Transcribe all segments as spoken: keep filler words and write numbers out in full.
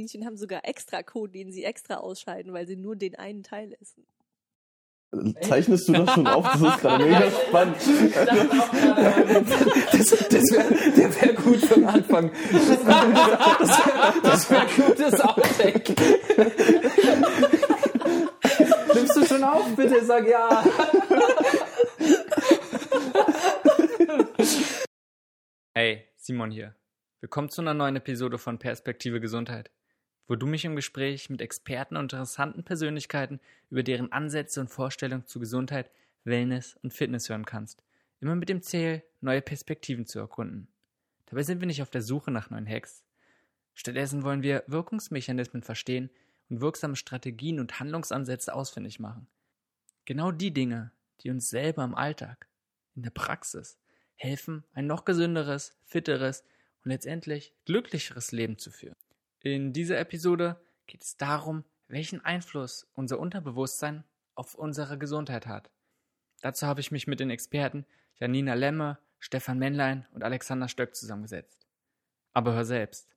Kaninchen haben sogar extra Kot, den sie extra ausscheiden, weil sie nur den einen Teil essen. Zeichnest du das schon auf? Das ist gerade mega spannend. Das, das wäre der wär gut für den Anfang. Das wäre das wär gutes Outtake. Nimmst du schon auf? Bitte sag ja. Hey, Simon hier. Willkommen zu einer neuen Episode von Perspektive Gesundheit, wo du mich im Gespräch mit Experten und interessanten Persönlichkeiten über deren Ansätze und Vorstellungen zu Gesundheit, Wellness und Fitness hören kannst. Immer mit dem Ziel, neue Perspektiven zu erkunden. Dabei sind wir nicht auf der Suche nach neuen Hacks. Stattdessen wollen wir Wirkungsmechanismen verstehen und wirksame Strategien und Handlungsansätze ausfindig machen. Genau die Dinge, die uns selber im Alltag, in der Praxis, helfen, ein noch gesünderes, fitteres und letztendlich glücklicheres Leben zu führen. In dieser Episode geht es darum, welchen Einfluss unser Unterbewusstsein auf unsere Gesundheit hat. Dazu habe ich mich mit den Experten Janina Lemme, Stefan Männlein und Alexander Stöck zusammengesetzt. Aber hör selbst.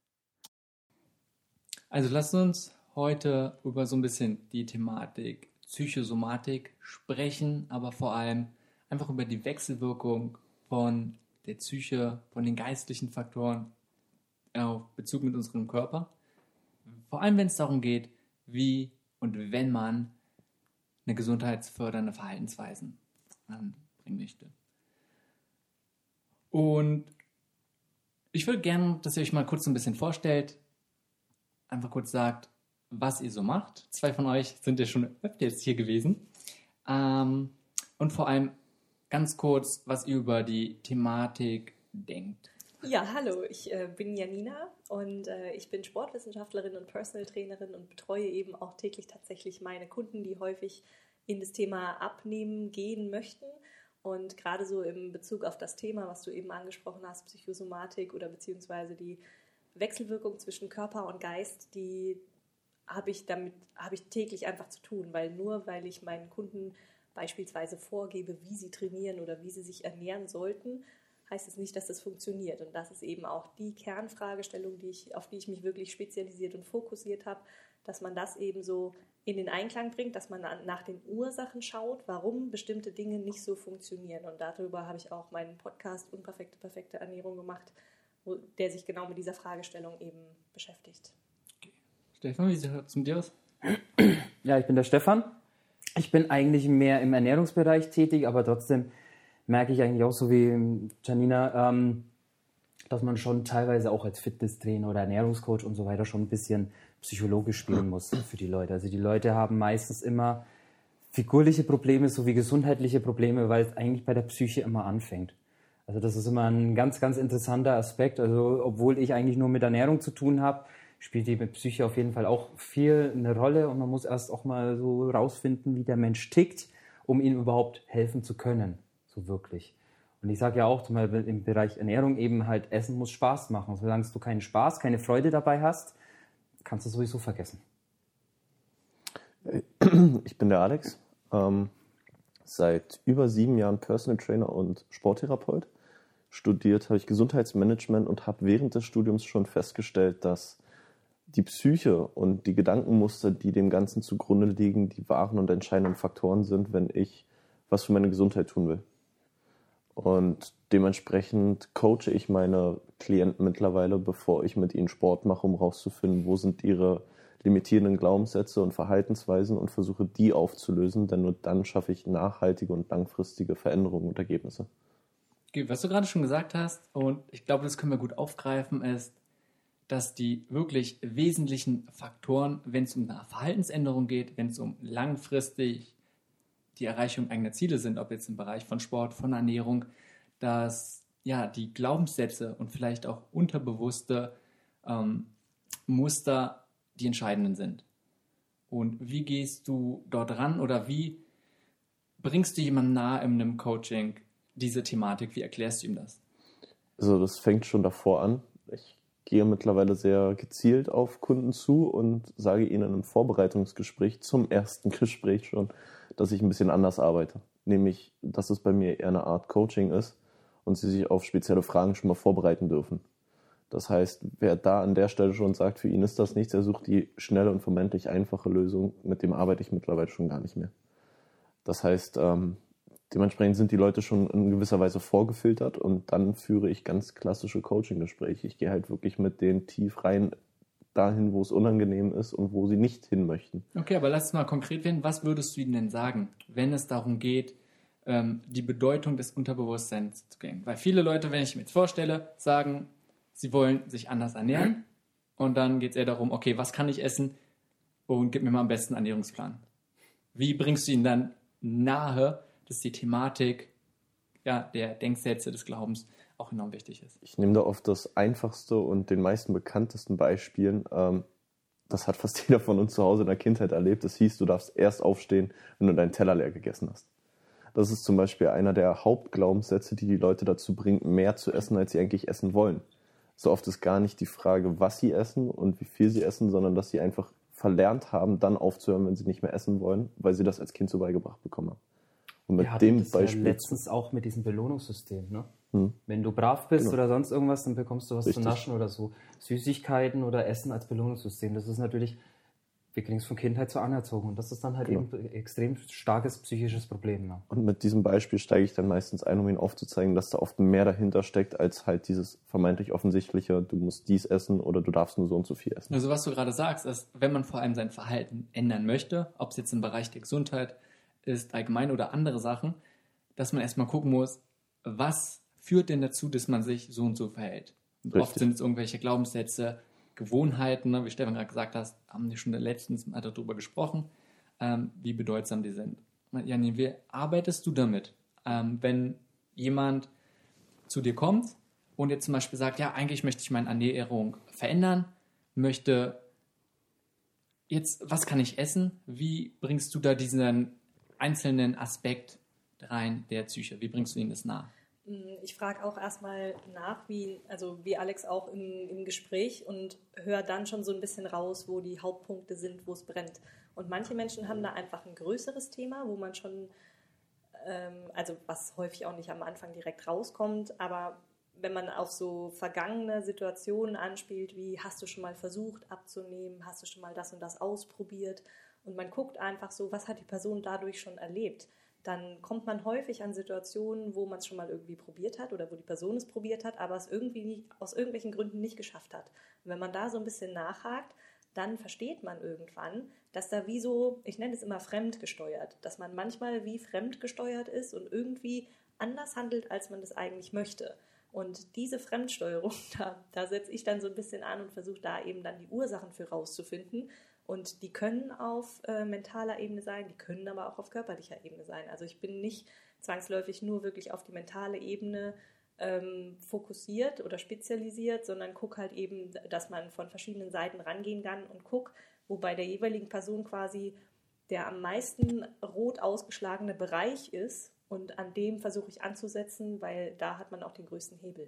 Also lasst uns heute über so ein bisschen die Thematik Psychosomatik sprechen, aber vor allem einfach über die Wechselwirkung von der Psyche, von den geistlichen Faktoren auf Bezug mit unserem Körper. Vor allem, wenn es darum geht, wie und wenn man eine gesundheitsfördernde Verhaltensweisen anbringen möchte. Und ich würde gerne, dass ihr euch mal kurz so ein bisschen vorstellt, einfach kurz sagt, was ihr so macht. Zwei von euch sind ja schon öfter jetzt hier gewesen. Ähm, und vor allem ganz kurz, was ihr über die Thematik denkt. Ja, hallo, ich äh, bin Janina und äh, ich bin Sportwissenschaftlerin und Personal Trainerin und betreue eben auch täglich tatsächlich meine Kunden, die häufig in das Thema Abnehmen gehen möchten. Und gerade so im Bezug auf das Thema, was du eben angesprochen hast, Psychosomatik oder beziehungsweise die Wechselwirkung zwischen Körper und Geist, die habe ich damit habe ich täglich einfach zu tun, weil nur weil ich meinen Kunden beispielsweise vorgebe, wie sie trainieren oder wie sie sich ernähren sollten, heißt es nicht, dass das funktioniert. Und das ist eben auch die Kernfragestellung, die ich, auf die ich mich wirklich spezialisiert und fokussiert habe, dass man das eben so in den Einklang bringt, dass man nach den Ursachen schaut, warum bestimmte Dinge nicht so funktionieren. Und darüber habe ich auch meinen Podcast Unperfekte, perfekte Ernährung gemacht, wo, der sich genau mit dieser Fragestellung eben beschäftigt. Okay. Stefan, wie sieht es mit dir aus? Ja, ich bin der Stefan. Ich bin eigentlich mehr im Ernährungsbereich tätig, aber trotzdem merke ich eigentlich auch so wie Janina, ähm, dass man schon teilweise auch als Fitnesstrainer oder Ernährungscoach und so weiter schon ein bisschen psychologisch spielen muss für die Leute. Also die Leute haben meistens immer figurliche Probleme sowie gesundheitliche Probleme, weil es eigentlich bei der Psyche immer anfängt. Also das ist immer ein ganz, ganz interessanter Aspekt. Also obwohl ich eigentlich nur mit Ernährung zu tun habe, spielt die Psyche auf jeden Fall auch viel eine Rolle und man muss erst auch mal so rausfinden, wie der Mensch tickt, um ihm überhaupt helfen zu können, so wirklich. Und ich sage ja auch zum Beispiel im Bereich Ernährung eben halt, Essen muss Spaß machen. Solange du keinen Spaß, keine Freude dabei hast, kannst du sowieso vergessen. Ich bin der Alex, ähm, seit über sieben Jahren Personal Trainer und Sporttherapeut. Studiert habe ich Gesundheitsmanagement und habe während des Studiums schon festgestellt, dass die Psyche und die Gedankenmuster, die dem Ganzen zugrunde liegen, die wahren und entscheidenden Faktoren sind, wenn ich was für meine Gesundheit tun will. Und dementsprechend coache ich meine Klienten mittlerweile, bevor ich mit ihnen Sport mache, um rauszufinden, wo sind ihre limitierenden Glaubenssätze und Verhaltensweisen und versuche, die aufzulösen, denn nur dann schaffe ich nachhaltige und langfristige Veränderungen und Ergebnisse. Okay, was du gerade schon gesagt hast, und ich glaube, das können wir gut aufgreifen, ist, dass die wirklich wesentlichen Faktoren, wenn es um eine Verhaltensänderung geht, wenn es um langfristig die Erreichung eigener Ziele sind, ob jetzt im Bereich von Sport, von Ernährung, dass ja die Glaubenssätze und vielleicht auch unterbewusste ähm, Muster die entscheidenden sind. Und wie gehst du dort ran oder wie bringst du jemandem nahe in einem Coaching diese Thematik? Wie erklärst du ihm das? Also das fängt schon davor an. Ich gehe mittlerweile sehr gezielt auf Kunden zu und sage ihnen im Vorbereitungsgespräch, zum ersten Gespräch schon, dass ich ein bisschen anders arbeite. Nämlich, dass es bei mir eher eine Art Coaching ist und sie sich auf spezielle Fragen schon mal vorbereiten dürfen. Das heißt, wer da an der Stelle schon sagt, für ihn ist das nichts, er sucht die schnelle und vermeintlich einfache Lösung, mit dem arbeite ich mittlerweile schon gar nicht mehr. Das heißt, ähm, dementsprechend sind die Leute schon in gewisser Weise vorgefiltert und dann führe ich ganz klassische Coaching-Gespräche. Ich gehe halt wirklich mit denen tief rein, dahin, wo es unangenehm ist und wo sie nicht hin möchten. Okay, aber lass es mal konkret werden. Was würdest du ihnen denn sagen, wenn es darum geht, ähm, die Bedeutung des Unterbewusstseins zu kennen? Weil viele Leute, wenn ich mir jetzt vorstelle, sagen, sie wollen sich anders ernähren und dann geht es eher darum, okay, was kann ich essen und gib mir mal am besten einen Ernährungsplan. Wie bringst du ihnen dann nahe, dass die Thematik ja, der Denksätze des Glaubens auch enorm wichtig ist? Ich nehme da oft das einfachste und den meisten bekanntesten Beispielen. Ähm, das hat fast jeder von uns zu Hause in der Kindheit erlebt. Das hieß, du darfst erst aufstehen, wenn du deinen Teller leer gegessen hast. Das ist zum Beispiel einer der Hauptglaubenssätze, die die Leute dazu bringt, mehr zu essen, als sie eigentlich essen wollen. So oft ist gar nicht die Frage, was sie essen und wie viel sie essen, sondern dass sie einfach verlernt haben, dann aufzuhören, wenn sie nicht mehr essen wollen, weil sie das als Kind so beigebracht bekommen haben. Und mit Wir hatten dem das Beispiel ja letztens auch mit diesem Belohnungssystem. Ne? Hm. Wenn du brav bist Genau. oder sonst irgendwas, dann bekommst du was Richtig. zu naschen oder so. Süßigkeiten oder Essen als Belohnungssystem. Das ist natürlich, wir kriegen es von Kindheit so anerzogen. Und das ist dann halt Genau. eben ein extrem starkes psychisches Problem. Ne? Und mit diesem Beispiel steige ich dann meistens ein, um ihnen aufzuzeigen, dass da oft mehr dahinter steckt, als halt dieses vermeintlich offensichtliche, du musst dies essen oder du darfst nur so und so viel essen. Also was du gerade sagst, ist, wenn man vor allem sein Verhalten ändern möchte, ob es jetzt im Bereich der Gesundheit ist, allgemein oder andere Sachen, dass man erstmal gucken muss, was führt denn dazu, dass man sich so und so verhält. Und oft sind es irgendwelche Glaubenssätze, Gewohnheiten, ne? Wie Stefan gerade gesagt hat, haben wir schon letztens mal darüber gesprochen, ähm, wie bedeutsam die sind. Janine, wie arbeitest du damit, ähm, wenn jemand zu dir kommt und jetzt zum Beispiel sagt, ja, eigentlich möchte ich meine Ernährung verändern, möchte jetzt, was kann ich essen? Wie bringst du da diesen einzelnen Aspekt rein der Psyche? Wie bringst du ihnen das nahe? Ich frage auch erstmal nach, wie, also wie Alex auch im, im Gespräch und höre dann schon so ein bisschen raus, wo die Hauptpunkte sind, wo es brennt. Und manche Menschen haben da einfach ein größeres Thema, wo man schon, ähm, also was häufig auch nicht am Anfang direkt rauskommt, aber wenn man auf so vergangene Situationen anspielt, wie hast du schon mal versucht abzunehmen, hast du schon mal das und das ausprobiert und man guckt einfach so, was hat die Person dadurch schon erlebt, dann kommt man häufig an Situationen, wo man es schon mal irgendwie probiert hat oder wo die Person es probiert hat, aber es irgendwie nicht, aus irgendwelchen Gründen nicht geschafft hat. Und wenn man da so ein bisschen nachhakt, dann versteht man irgendwann, dass da wie so, ich nenne es immer fremdgesteuert, dass man manchmal wie fremdgesteuert ist und irgendwie anders handelt, als man das eigentlich möchte. Und diese Fremdsteuerung, da, da setze ich dann so ein bisschen an und versuche da eben dann die Ursachen für rauszufinden. Und die können auf äh, mentaler Ebene sein, die können aber auch auf körperlicher Ebene sein. Also ich bin nicht zwangsläufig nur wirklich auf die mentale Ebene ähm, fokussiert oder spezialisiert, sondern gucke halt eben, dass man von verschiedenen Seiten rangehen kann und gucke, wo bei der jeweiligen Person quasi der am meisten rot ausgeschlagene Bereich ist. Und an dem versuche ich anzusetzen, weil da hat man auch den größten Hebel.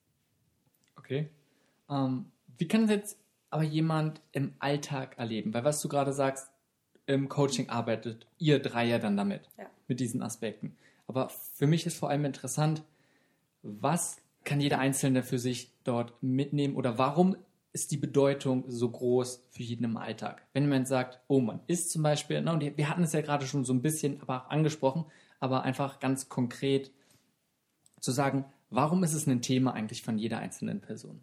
Okay. Ähm, wie kann jetzt aber jemand im Alltag erleben? Weil was du gerade sagst, im Coaching arbeitet ihr drei ja dann damit, Ja. mit diesen Aspekten. Aber für mich ist vor allem interessant, was kann jeder Einzelne für sich dort mitnehmen oder warum ist die Bedeutung so groß für jeden im Alltag? Wenn man sagt, oh, man isst zum Beispiel, na, und wir hatten es ja gerade schon so ein bisschen aber auch angesprochen, aber einfach ganz konkret zu sagen, warum ist es ein Thema eigentlich von jeder einzelnen Person?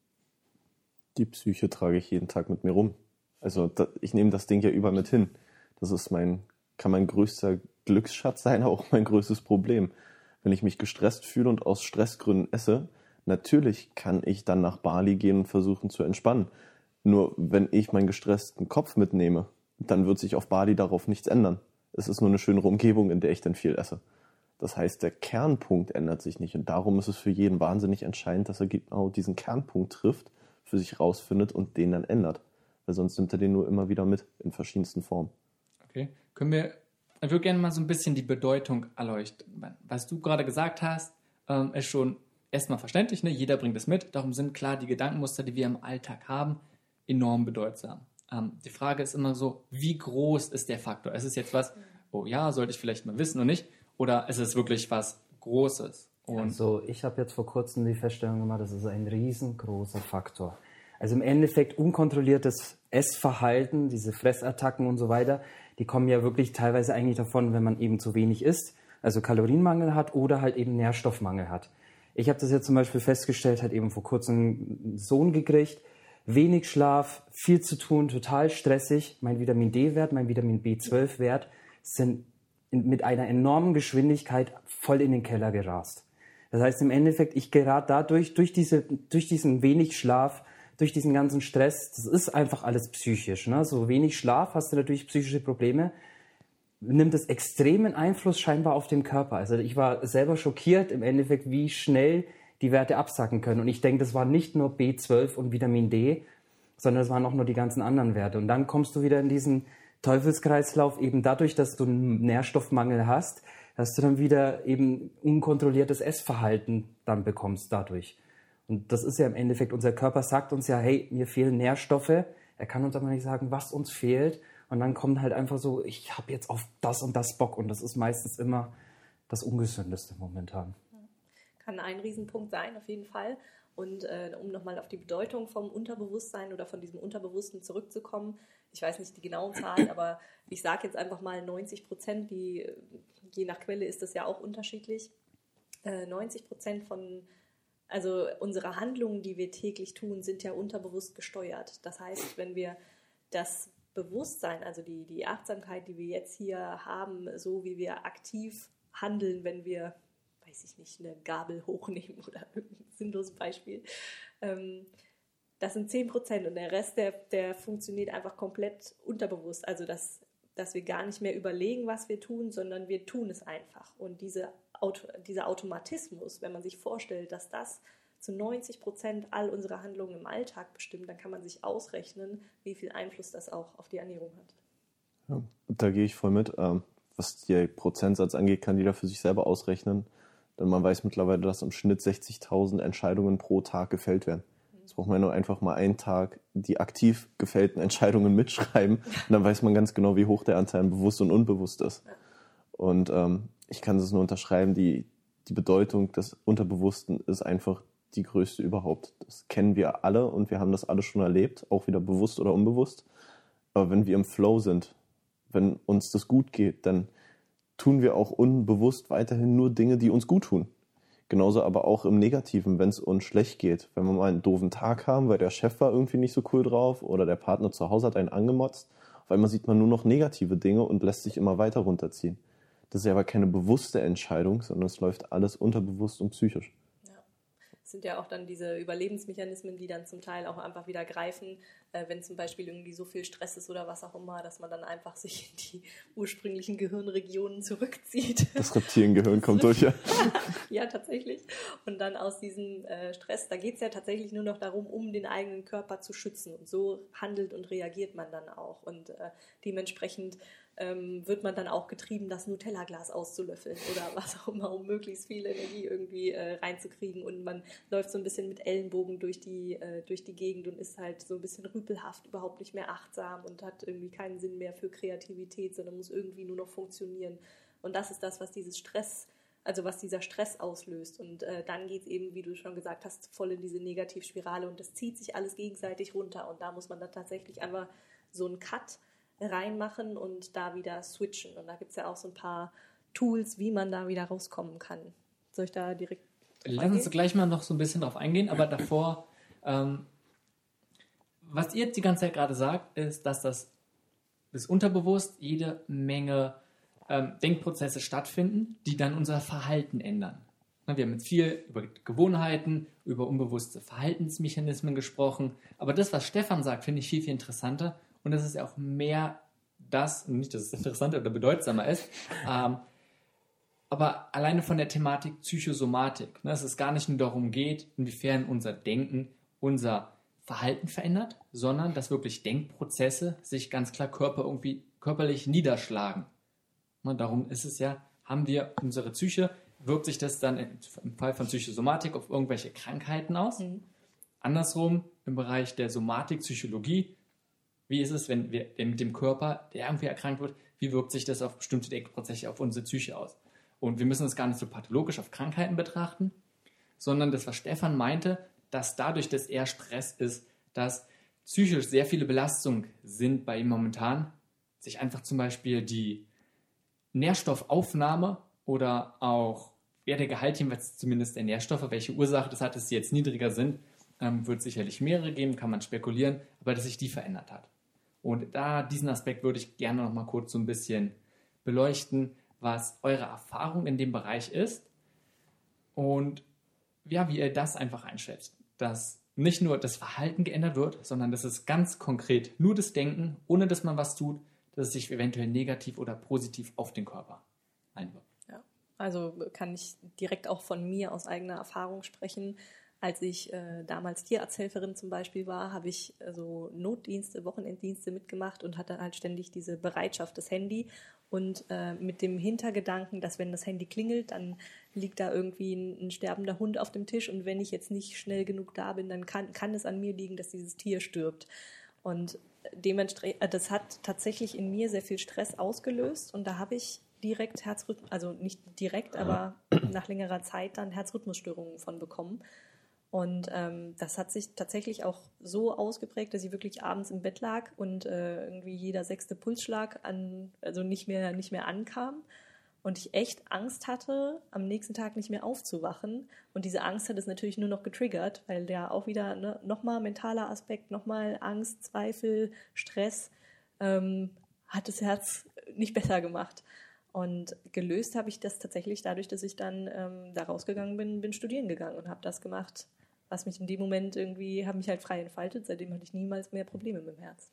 Die Psyche trage ich jeden Tag mit mir rum. Also da, ich nehme das Ding ja überall mit hin. Das ist mein, kann mein größter Glücksschatz sein, aber auch mein größtes Problem. Wenn ich mich gestresst fühle und aus Stressgründen esse, natürlich kann ich dann nach Bali gehen und versuchen zu entspannen. Nur wenn ich meinen gestressten Kopf mitnehme, dann wird sich auf Bali darauf nichts ändern. Es ist nur eine schönere Umgebung, in der ich dann viel esse. Das heißt, der Kernpunkt ändert sich nicht. Und darum ist es für jeden wahnsinnig entscheidend, dass er genau diesen Kernpunkt trifft, für sich rausfindet und den dann ändert. Weil sonst nimmt er den nur immer wieder mit, in verschiedensten Formen. Okay. Können wir, ich würde gerne mal so ein bisschen die Bedeutung erleuchten. Was du gerade gesagt hast, ähm, ist schon erstmal verständlich, ne? Jeder bringt es mit. Darum sind klar die Gedankenmuster, die wir im Alltag haben, enorm bedeutsam. Ähm, die Frage ist immer so, wie groß ist der Faktor? Ist es jetzt was, oh ja, sollte ich vielleicht mal wissen und nicht? Oder ist es wirklich was Großes? Und also ich habe jetzt vor kurzem die Feststellung gemacht, das ist ein riesengroßer Faktor. Also im Endeffekt unkontrolliertes Essverhalten, diese Fressattacken und so weiter, die kommen ja wirklich teilweise eigentlich davon, wenn man eben zu wenig isst, also Kalorienmangel hat oder halt eben Nährstoffmangel hat. Ich habe das jetzt zum Beispiel festgestellt, hat eben vor kurzem einen Sohn gekriegt, wenig Schlaf, viel zu tun, total stressig. Mein Vitamin D-Wert, mein Vitamin B zwölf Wert sind mit einer enormen Geschwindigkeit voll in den Keller gerast. Das heißt im Endeffekt, ich gerate dadurch, durch, diese, durch diesen wenig Schlaf, durch diesen ganzen Stress, das ist einfach alles psychisch. Ne? So wenig Schlaf hast du natürlich psychische Probleme, nimmt es extremen Einfluss scheinbar auf den Körper. Also ich war selber schockiert im Endeffekt, wie schnell die Werte absacken können. Und ich denke, das war nicht nur B zwölf und Vitamin D, sondern es waren auch nur die ganzen anderen Werte. Und dann kommst du wieder in diesen Teufelskreislauf, eben dadurch, dass du einen Nährstoffmangel hast, dass du dann wieder eben unkontrolliertes Essverhalten dann bekommst dadurch. Und das ist ja im Endeffekt, unser Körper sagt uns ja, hey, mir fehlen Nährstoffe. Er kann uns aber nicht sagen, was uns fehlt. Und dann kommt halt einfach so, ich habe jetzt auf das und das Bock. Und das ist meistens immer das Ungesündeste momentan. Kann ein Riesenpunkt sein, auf jeden Fall. Und äh, um nochmal auf die Bedeutung vom Unterbewusstsein oder von diesem Unterbewussten zurückzukommen, ich weiß nicht die genauen Zahlen, aber ich sage jetzt einfach mal neunzig Prozent, die, je nach Quelle ist das ja auch unterschiedlich, äh, neunzig Prozent von, also unsere Handlungen, die wir täglich tun, sind ja unterbewusst gesteuert. Das heißt, wenn wir das Bewusstsein, also die, die Achtsamkeit, die wir jetzt hier haben, so wie wir aktiv handeln, wenn wir, weiß ich nicht, eine Gabel hochnehmen oder irgendein sinnloses Beispiel, ähm, das sind zehn Prozent und der Rest, der, der funktioniert einfach komplett unterbewusst. Also, dass, dass wir gar nicht mehr überlegen, was wir tun, sondern wir tun es einfach. Und diese Auto, dieser Automatismus, wenn man sich vorstellt, dass das zu neunzig Prozent all unsere Handlungen im Alltag bestimmt, dann kann man sich ausrechnen, wie viel Einfluss das auch auf die Ernährung hat. Ja, da gehe ich voll mit. Ähm, was der Prozentsatz angeht, kann jeder für sich selber ausrechnen. Denn man weiß mittlerweile, dass im Schnitt sechzigtausend Entscheidungen pro Tag gefällt werden. Jetzt braucht man nur einfach mal einen Tag die aktiv gefällten Entscheidungen mitschreiben. Und dann weiß man ganz genau, wie hoch der Anteil bewusst und unbewusst ist. Und ähm, ich kann das nur unterschreiben, die, die Bedeutung des Unterbewussten ist einfach die größte überhaupt. Das kennen wir alle und wir haben das alle schon erlebt, auch wieder bewusst oder unbewusst. Aber wenn wir im Flow sind, wenn uns das gut geht, dann tun wir auch unbewusst weiterhin nur Dinge, die uns gut tun. Genauso aber auch im Negativen, wenn es uns schlecht geht. Wenn wir mal einen doofen Tag haben, weil der Chef war irgendwie nicht so cool drauf oder der Partner zu Hause hat einen angemotzt, auf einmal sieht man nur noch negative Dinge und lässt sich immer weiter runterziehen. Das ist ja aber keine bewusste Entscheidung, sondern es läuft alles unterbewusst und psychisch. Es sind ja auch dann diese Überlebensmechanismen, die dann zum Teil auch einfach wieder greifen, äh, wenn zum Beispiel irgendwie so viel Stress ist oder was auch immer, dass man dann einfach sich in die ursprünglichen Gehirnregionen zurückzieht. Das Reptiliengehirn kommt durch, ja. Ja, tatsächlich. Und dann aus diesem äh, Stress, da geht es ja tatsächlich nur noch darum, um den eigenen Körper zu schützen. Und so handelt und reagiert man dann auch. Und äh, dementsprechend ähm, wird man dann auch getrieben, das Nutella-Glas auszulöffeln oder was auch immer, um möglichst viel Energie irgendwie äh, reinzukriegen. Und man läuft so ein bisschen mit Ellenbogen durch die, äh, durch die Gegend und ist halt so ein bisschen rüpelhaft, überhaupt nicht mehr achtsam und hat irgendwie keinen Sinn mehr für Kreativität, sondern muss irgendwie nur noch funktionieren. Und das ist das, was dieses Stress, also was dieser Stress auslöst. Und äh, dann geht es eben, wie du schon gesagt hast, voll in diese Negativspirale und das zieht sich alles gegenseitig runter. Und da muss man dann tatsächlich einfach so einen Cut reinmachen und da wieder switchen. Und da gibt es ja auch so ein paar Tools, wie man da wieder rauskommen kann. Soll ich da direkt Lass uns gleich mal noch so ein bisschen drauf eingehen, aber davor, ähm, was ihr jetzt die ganze Zeit gerade sagt, ist, dass das bis unterbewusst jede Menge ähm, Denkprozesse stattfinden, die dann unser Verhalten ändern. Wir haben jetzt viel über Gewohnheiten, über unbewusste Verhaltensmechanismen gesprochen, aber das, was Stefan sagt, finde ich viel, viel interessanter und das ist ja auch mehr das, nicht, dass es interessanter oder bedeutsamer ist, ähm, aber alleine von der Thematik Psychosomatik, ne, dass es gar nicht nur darum geht, inwiefern unser Denken, unser Verhalten verändert, sondern dass wirklich Denkprozesse sich ganz klar Körper irgendwie, körperlich niederschlagen. Ne, darum ist es ja, haben wir unsere Psyche, wirkt sich das dann im Fall von Psychosomatik auf irgendwelche Krankheiten aus? Mhm. Andersrum, im Bereich der Somatik, Psychologie, wie ist es, wenn wir mit dem Körper, der irgendwie erkrankt wird, wie wirkt sich das auf bestimmte Denkprozesse auf unsere Psyche aus? Und wir müssen das gar nicht so pathologisch auf Krankheiten betrachten, sondern das, was Stefan meinte, dass dadurch, dass er Stress ist, dass psychisch sehr viele Belastungen sind bei ihm momentan, sich einfach zum Beispiel die Nährstoffaufnahme oder auch ja, der Gehalt jedenfalls zumindest der Nährstoffe, welche Ursache das hat, dass sie jetzt niedriger sind, ähm, wird sicherlich mehrere geben, kann man spekulieren, aber dass sich die verändert hat. Und da diesen Aspekt würde ich gerne noch mal kurz so ein bisschen beleuchten, was eure Erfahrung in dem Bereich ist und ja, wie ihr das einfach einschätzt. Dass nicht nur das Verhalten geändert wird, sondern dass es ganz konkret nur das Denken, ohne dass man was tut, dass es sich eventuell negativ oder positiv auf den Körper einwirkt. Ja, also kann ich direkt auch von mir aus eigener Erfahrung sprechen. Als ich äh, damals Tierarzthelferin zum Beispiel war, habe ich äh, so Notdienste, Wochenenddienste mitgemacht und hatte halt ständig diese Bereitschaft, das Handy. Und äh, mit dem Hintergedanken, dass wenn das Handy klingelt, dann liegt da irgendwie ein, ein sterbender Hund auf dem Tisch. Und wenn ich jetzt nicht schnell genug da bin, dann kann, kann es an mir liegen, dass dieses Tier stirbt. Und dementsprechend, äh, das hat tatsächlich in mir sehr viel Stress ausgelöst. Und da habe ich direkt Herzrhythmus, also nicht direkt, aber nach längerer Zeit dann Herzrhythmusstörungen von bekommen. Und ähm, das hat sich tatsächlich auch so ausgeprägt, dass ich wirklich abends im Bett lag und äh, irgendwie jeder sechste Pulsschlag an, also nicht mehr, nicht mehr ankam. Und ich echt Angst hatte, am nächsten Tag nicht mehr aufzuwachen. Und diese Angst hat es natürlich nur noch getriggert, weil ja auch wieder ne, nochmal mentaler Aspekt, nochmal Angst, Zweifel, Stress ähm, hat das Herz nicht besser gemacht. Und gelöst habe ich das tatsächlich dadurch, dass ich dann ähm, da rausgegangen bin, bin studieren gegangen und habe das gemacht, was mich in dem Moment irgendwie, habe mich halt frei entfaltet. Seitdem hatte ich niemals mehr Probleme mit dem Herz.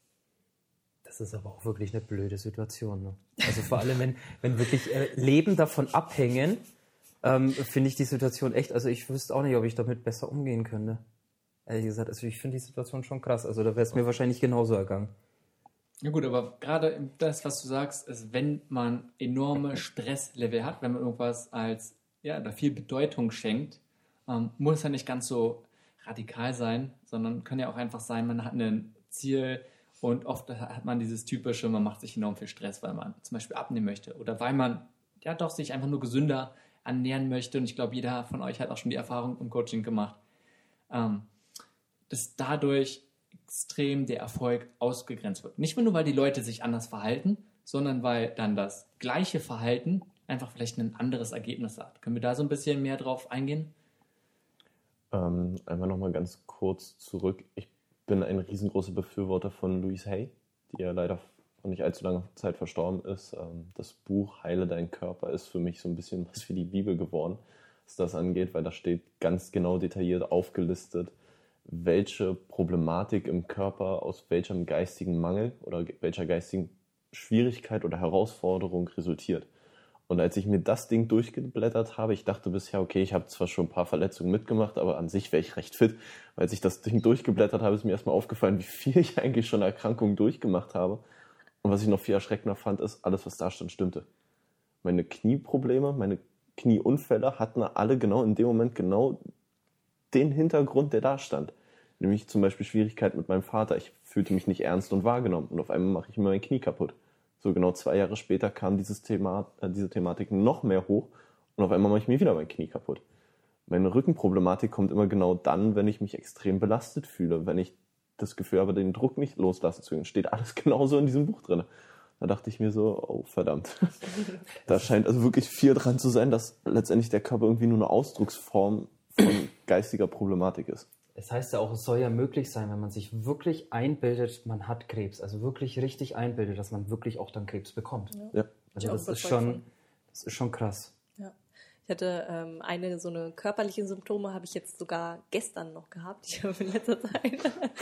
Das ist aber auch wirklich eine blöde Situation. Ne? Also vor allem, wenn, wenn wirklich äh, Leben davon abhängen, ähm, finde ich die Situation echt, also ich wüsste auch nicht, ob ich damit besser umgehen könnte. Ehrlich gesagt, also ich finde die Situation schon krass. Also da wäre es mir wahrscheinlich genauso ergangen. Ja gut, aber gerade das, was du sagst, ist, wenn man enorme Stresslevel hat, wenn man irgendwas als, ja, da viel Bedeutung schenkt, ähm, muss es ja nicht ganz so radikal sein, sondern kann ja auch einfach sein, man hat ein Ziel und oft hat man dieses typische, man macht sich enorm viel Stress, weil man zum Beispiel abnehmen möchte oder weil man ja doch sich einfach nur gesünder ernähren möchte und ich glaube, jeder von euch hat auch schon die Erfahrung im Coaching gemacht, ähm, dass dadurch extrem der Erfolg ausgegrenzt wird. Nicht nur, weil die Leute sich anders verhalten, sondern weil dann das gleiche Verhalten einfach vielleicht ein anderes Ergebnis hat. Können wir da so ein bisschen mehr drauf eingehen? Ähm, einmal nochmal ganz kurz zurück. Ich bin ein riesengroßer Befürworter von Louise Hay, die ja leider vor nicht allzu langer Zeit verstorben ist. Ähm, das Buch Heile deinen Körper ist für mich so ein bisschen was wie die Bibel geworden, was das angeht, weil da steht ganz genau detailliert aufgelistet, welche Problematik im Körper aus welchem geistigen Mangel oder welcher geistigen Schwierigkeit oder Herausforderung resultiert. Und als ich mir das Ding durchgeblättert habe, ich dachte bisher, okay, ich habe zwar schon ein paar Verletzungen mitgemacht, aber an sich wäre ich recht fit. Weil als ich das Ding durchgeblättert habe, ist mir erstmal aufgefallen, wie viel ich eigentlich schon Erkrankungen durchgemacht habe. Und was ich noch viel erschreckender fand, ist, alles, was da stand, stimmte. Meine Knieprobleme, meine Knieunfälle hatten alle genau in dem Moment genau den Hintergrund, der da stand. Nämlich zum Beispiel Schwierigkeiten mit meinem Vater. Ich fühlte mich nicht ernst und wahrgenommen. Und auf einmal mache ich mir mein Knie kaputt. So genau zwei Jahre später kam dieses Thema, äh, diese Thematik noch mehr hoch und auf einmal mache ich mir wieder mein Knie kaputt. Meine Rückenproblematik kommt immer genau dann, wenn ich mich extrem belastet fühle, wenn ich das Gefühl habe, den Druck nicht loslassen zu können. Steht alles genauso in diesem Buch drin. Da dachte ich mir so, oh verdammt. Da scheint also wirklich viel dran zu sein, dass letztendlich der Körper irgendwie nur eine Ausdrucksform von geistiger Problematik ist. Es heißt ja auch, es soll ja möglich sein, wenn man sich wirklich einbildet, man hat Krebs, also wirklich richtig einbildet, dass man wirklich auch dann Krebs bekommt. Ja. Ja. Also das ist schon, das ist schon krass. Ja. Ich hatte ähm, eine so eine körperliche Symptome, habe ich jetzt sogar gestern noch gehabt. Ich habe in letzter Zeit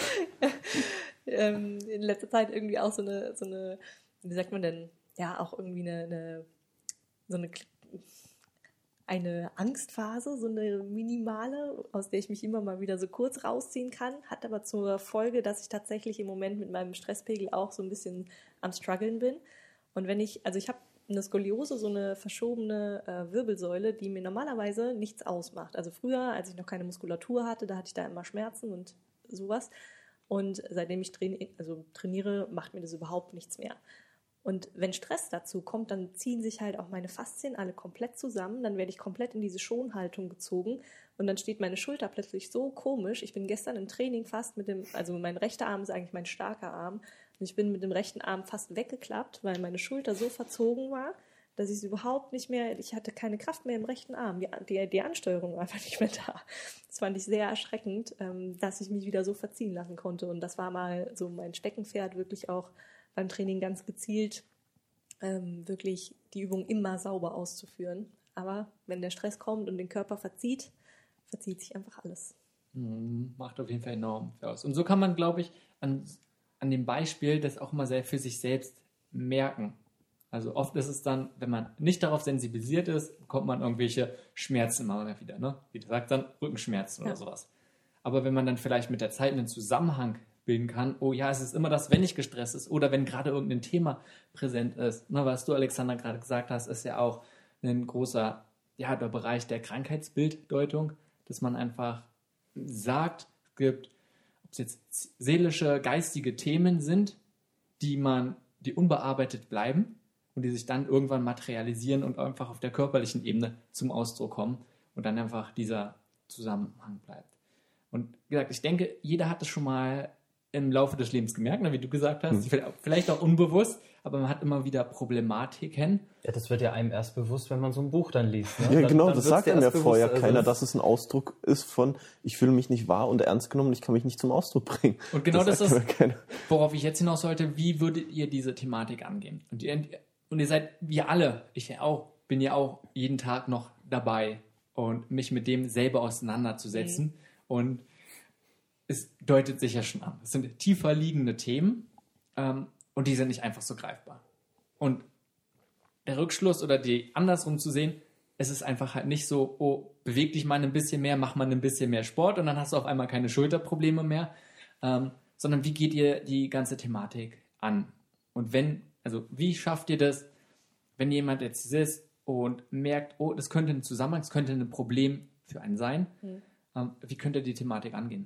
ähm, in letzter Zeit irgendwie auch so eine, so eine, wie sagt man denn, ja auch irgendwie eine, eine so eine eine Angstphase, so eine minimale, aus der ich mich immer mal wieder so kurz rausziehen kann, hat aber zur Folge, dass ich tatsächlich im Moment mit meinem Stresspegel auch so ein bisschen am struggeln bin. Und wenn ich, also ich habe eine Skoliose, so eine verschobene äh, Wirbelsäule, die mir normalerweise nichts ausmacht. Also früher, als ich noch keine Muskulatur hatte, da hatte ich da immer Schmerzen und sowas. Und seitdem ich traini- also trainiere, macht mir das überhaupt nichts mehr. Und wenn Stress dazu kommt, dann ziehen sich halt auch meine Faszien alle komplett zusammen. Dann werde ich komplett in diese Schonhaltung gezogen und dann steht meine Schulter plötzlich so komisch. Ich bin gestern im Training fast mit dem, also mein rechter Arm ist eigentlich mein starker Arm und ich bin mit dem rechten Arm fast weggeklappt, weil meine Schulter so verzogen war, dass ich es überhaupt nicht mehr, ich hatte keine Kraft mehr im rechten Arm. Die, die, die Ansteuerung war einfach nicht mehr da. Das fand ich sehr erschreckend, dass ich mich wieder so verziehen lassen konnte. Und das war mal so mein Steckenpferd, wirklich auch beim Training ganz gezielt, ähm, wirklich die Übung immer sauber auszuführen. Aber wenn der Stress kommt und den Körper verzieht, verzieht sich einfach alles. Mhm, macht auf jeden Fall enorm viel aus. Und so kann man, glaube ich, an, an dem Beispiel das auch mal sehr für sich selbst merken. Also oft ist es dann, wenn man nicht darauf sensibilisiert ist, bekommt man irgendwelche Schmerzen immer wieder. Ne? Wie du sagst, dann Rückenschmerzen ja. oder sowas. Aber wenn man dann vielleicht mit der Zeit einen Zusammenhang bilden kann, oh ja, es ist immer das, wenn ich gestresst ist oder wenn gerade irgendein Thema präsent ist. Na, was du, Alexander, gerade gesagt hast, ist ja auch ein großer, ja, der Bereich der Krankheitsbilddeutung, dass man einfach sagt, es gibt, ob es jetzt seelische, geistige Themen sind, die man, die unbearbeitet bleiben und die sich dann irgendwann materialisieren und einfach auf der körperlichen Ebene zum Ausdruck kommen und dann einfach dieser Zusammenhang bleibt. Und wie gesagt, ich denke, jeder hat es schon mal im Laufe des Lebens gemerkt, wie du gesagt hast, hm. vielleicht auch unbewusst, aber man hat immer wieder Problematiken. Ja, das wird ja einem erst bewusst, wenn man so ein Buch dann liest. Ne? Ja, dann, genau, dann das sagt einem ja vorher also keiner, dass es ein Ausdruck ist von, ich fühle mich nicht wahr und ernst genommen, ich kann mich nicht zum Ausdruck bringen. Und genau das, das ist, worauf ich jetzt hinaus wollte, wie würdet ihr diese Thematik angehen? Und ihr, und ihr seid, wir alle, ich auch, bin ja auch jeden Tag noch dabei und mich mit dem selber auseinanderzusetzen mhm. und es deutet sich ja schon an. Es sind tiefer liegende Themen ähm, und die sind nicht einfach so greifbar. Und der Rückschluss oder die andersrum zu sehen, es ist einfach halt nicht so, oh, beweg dich mal ein bisschen mehr, mach mal ein bisschen mehr Sport und dann hast du auf einmal keine Schulterprobleme mehr, ähm, sondern wie geht ihr die ganze Thematik an? Und wenn, also wie schafft ihr das, wenn jemand jetzt sitzt und merkt, oh, das könnte ein Zusammenhang, das könnte ein Problem für einen sein, mhm. ähm, wie könnt ihr die Thematik angehen?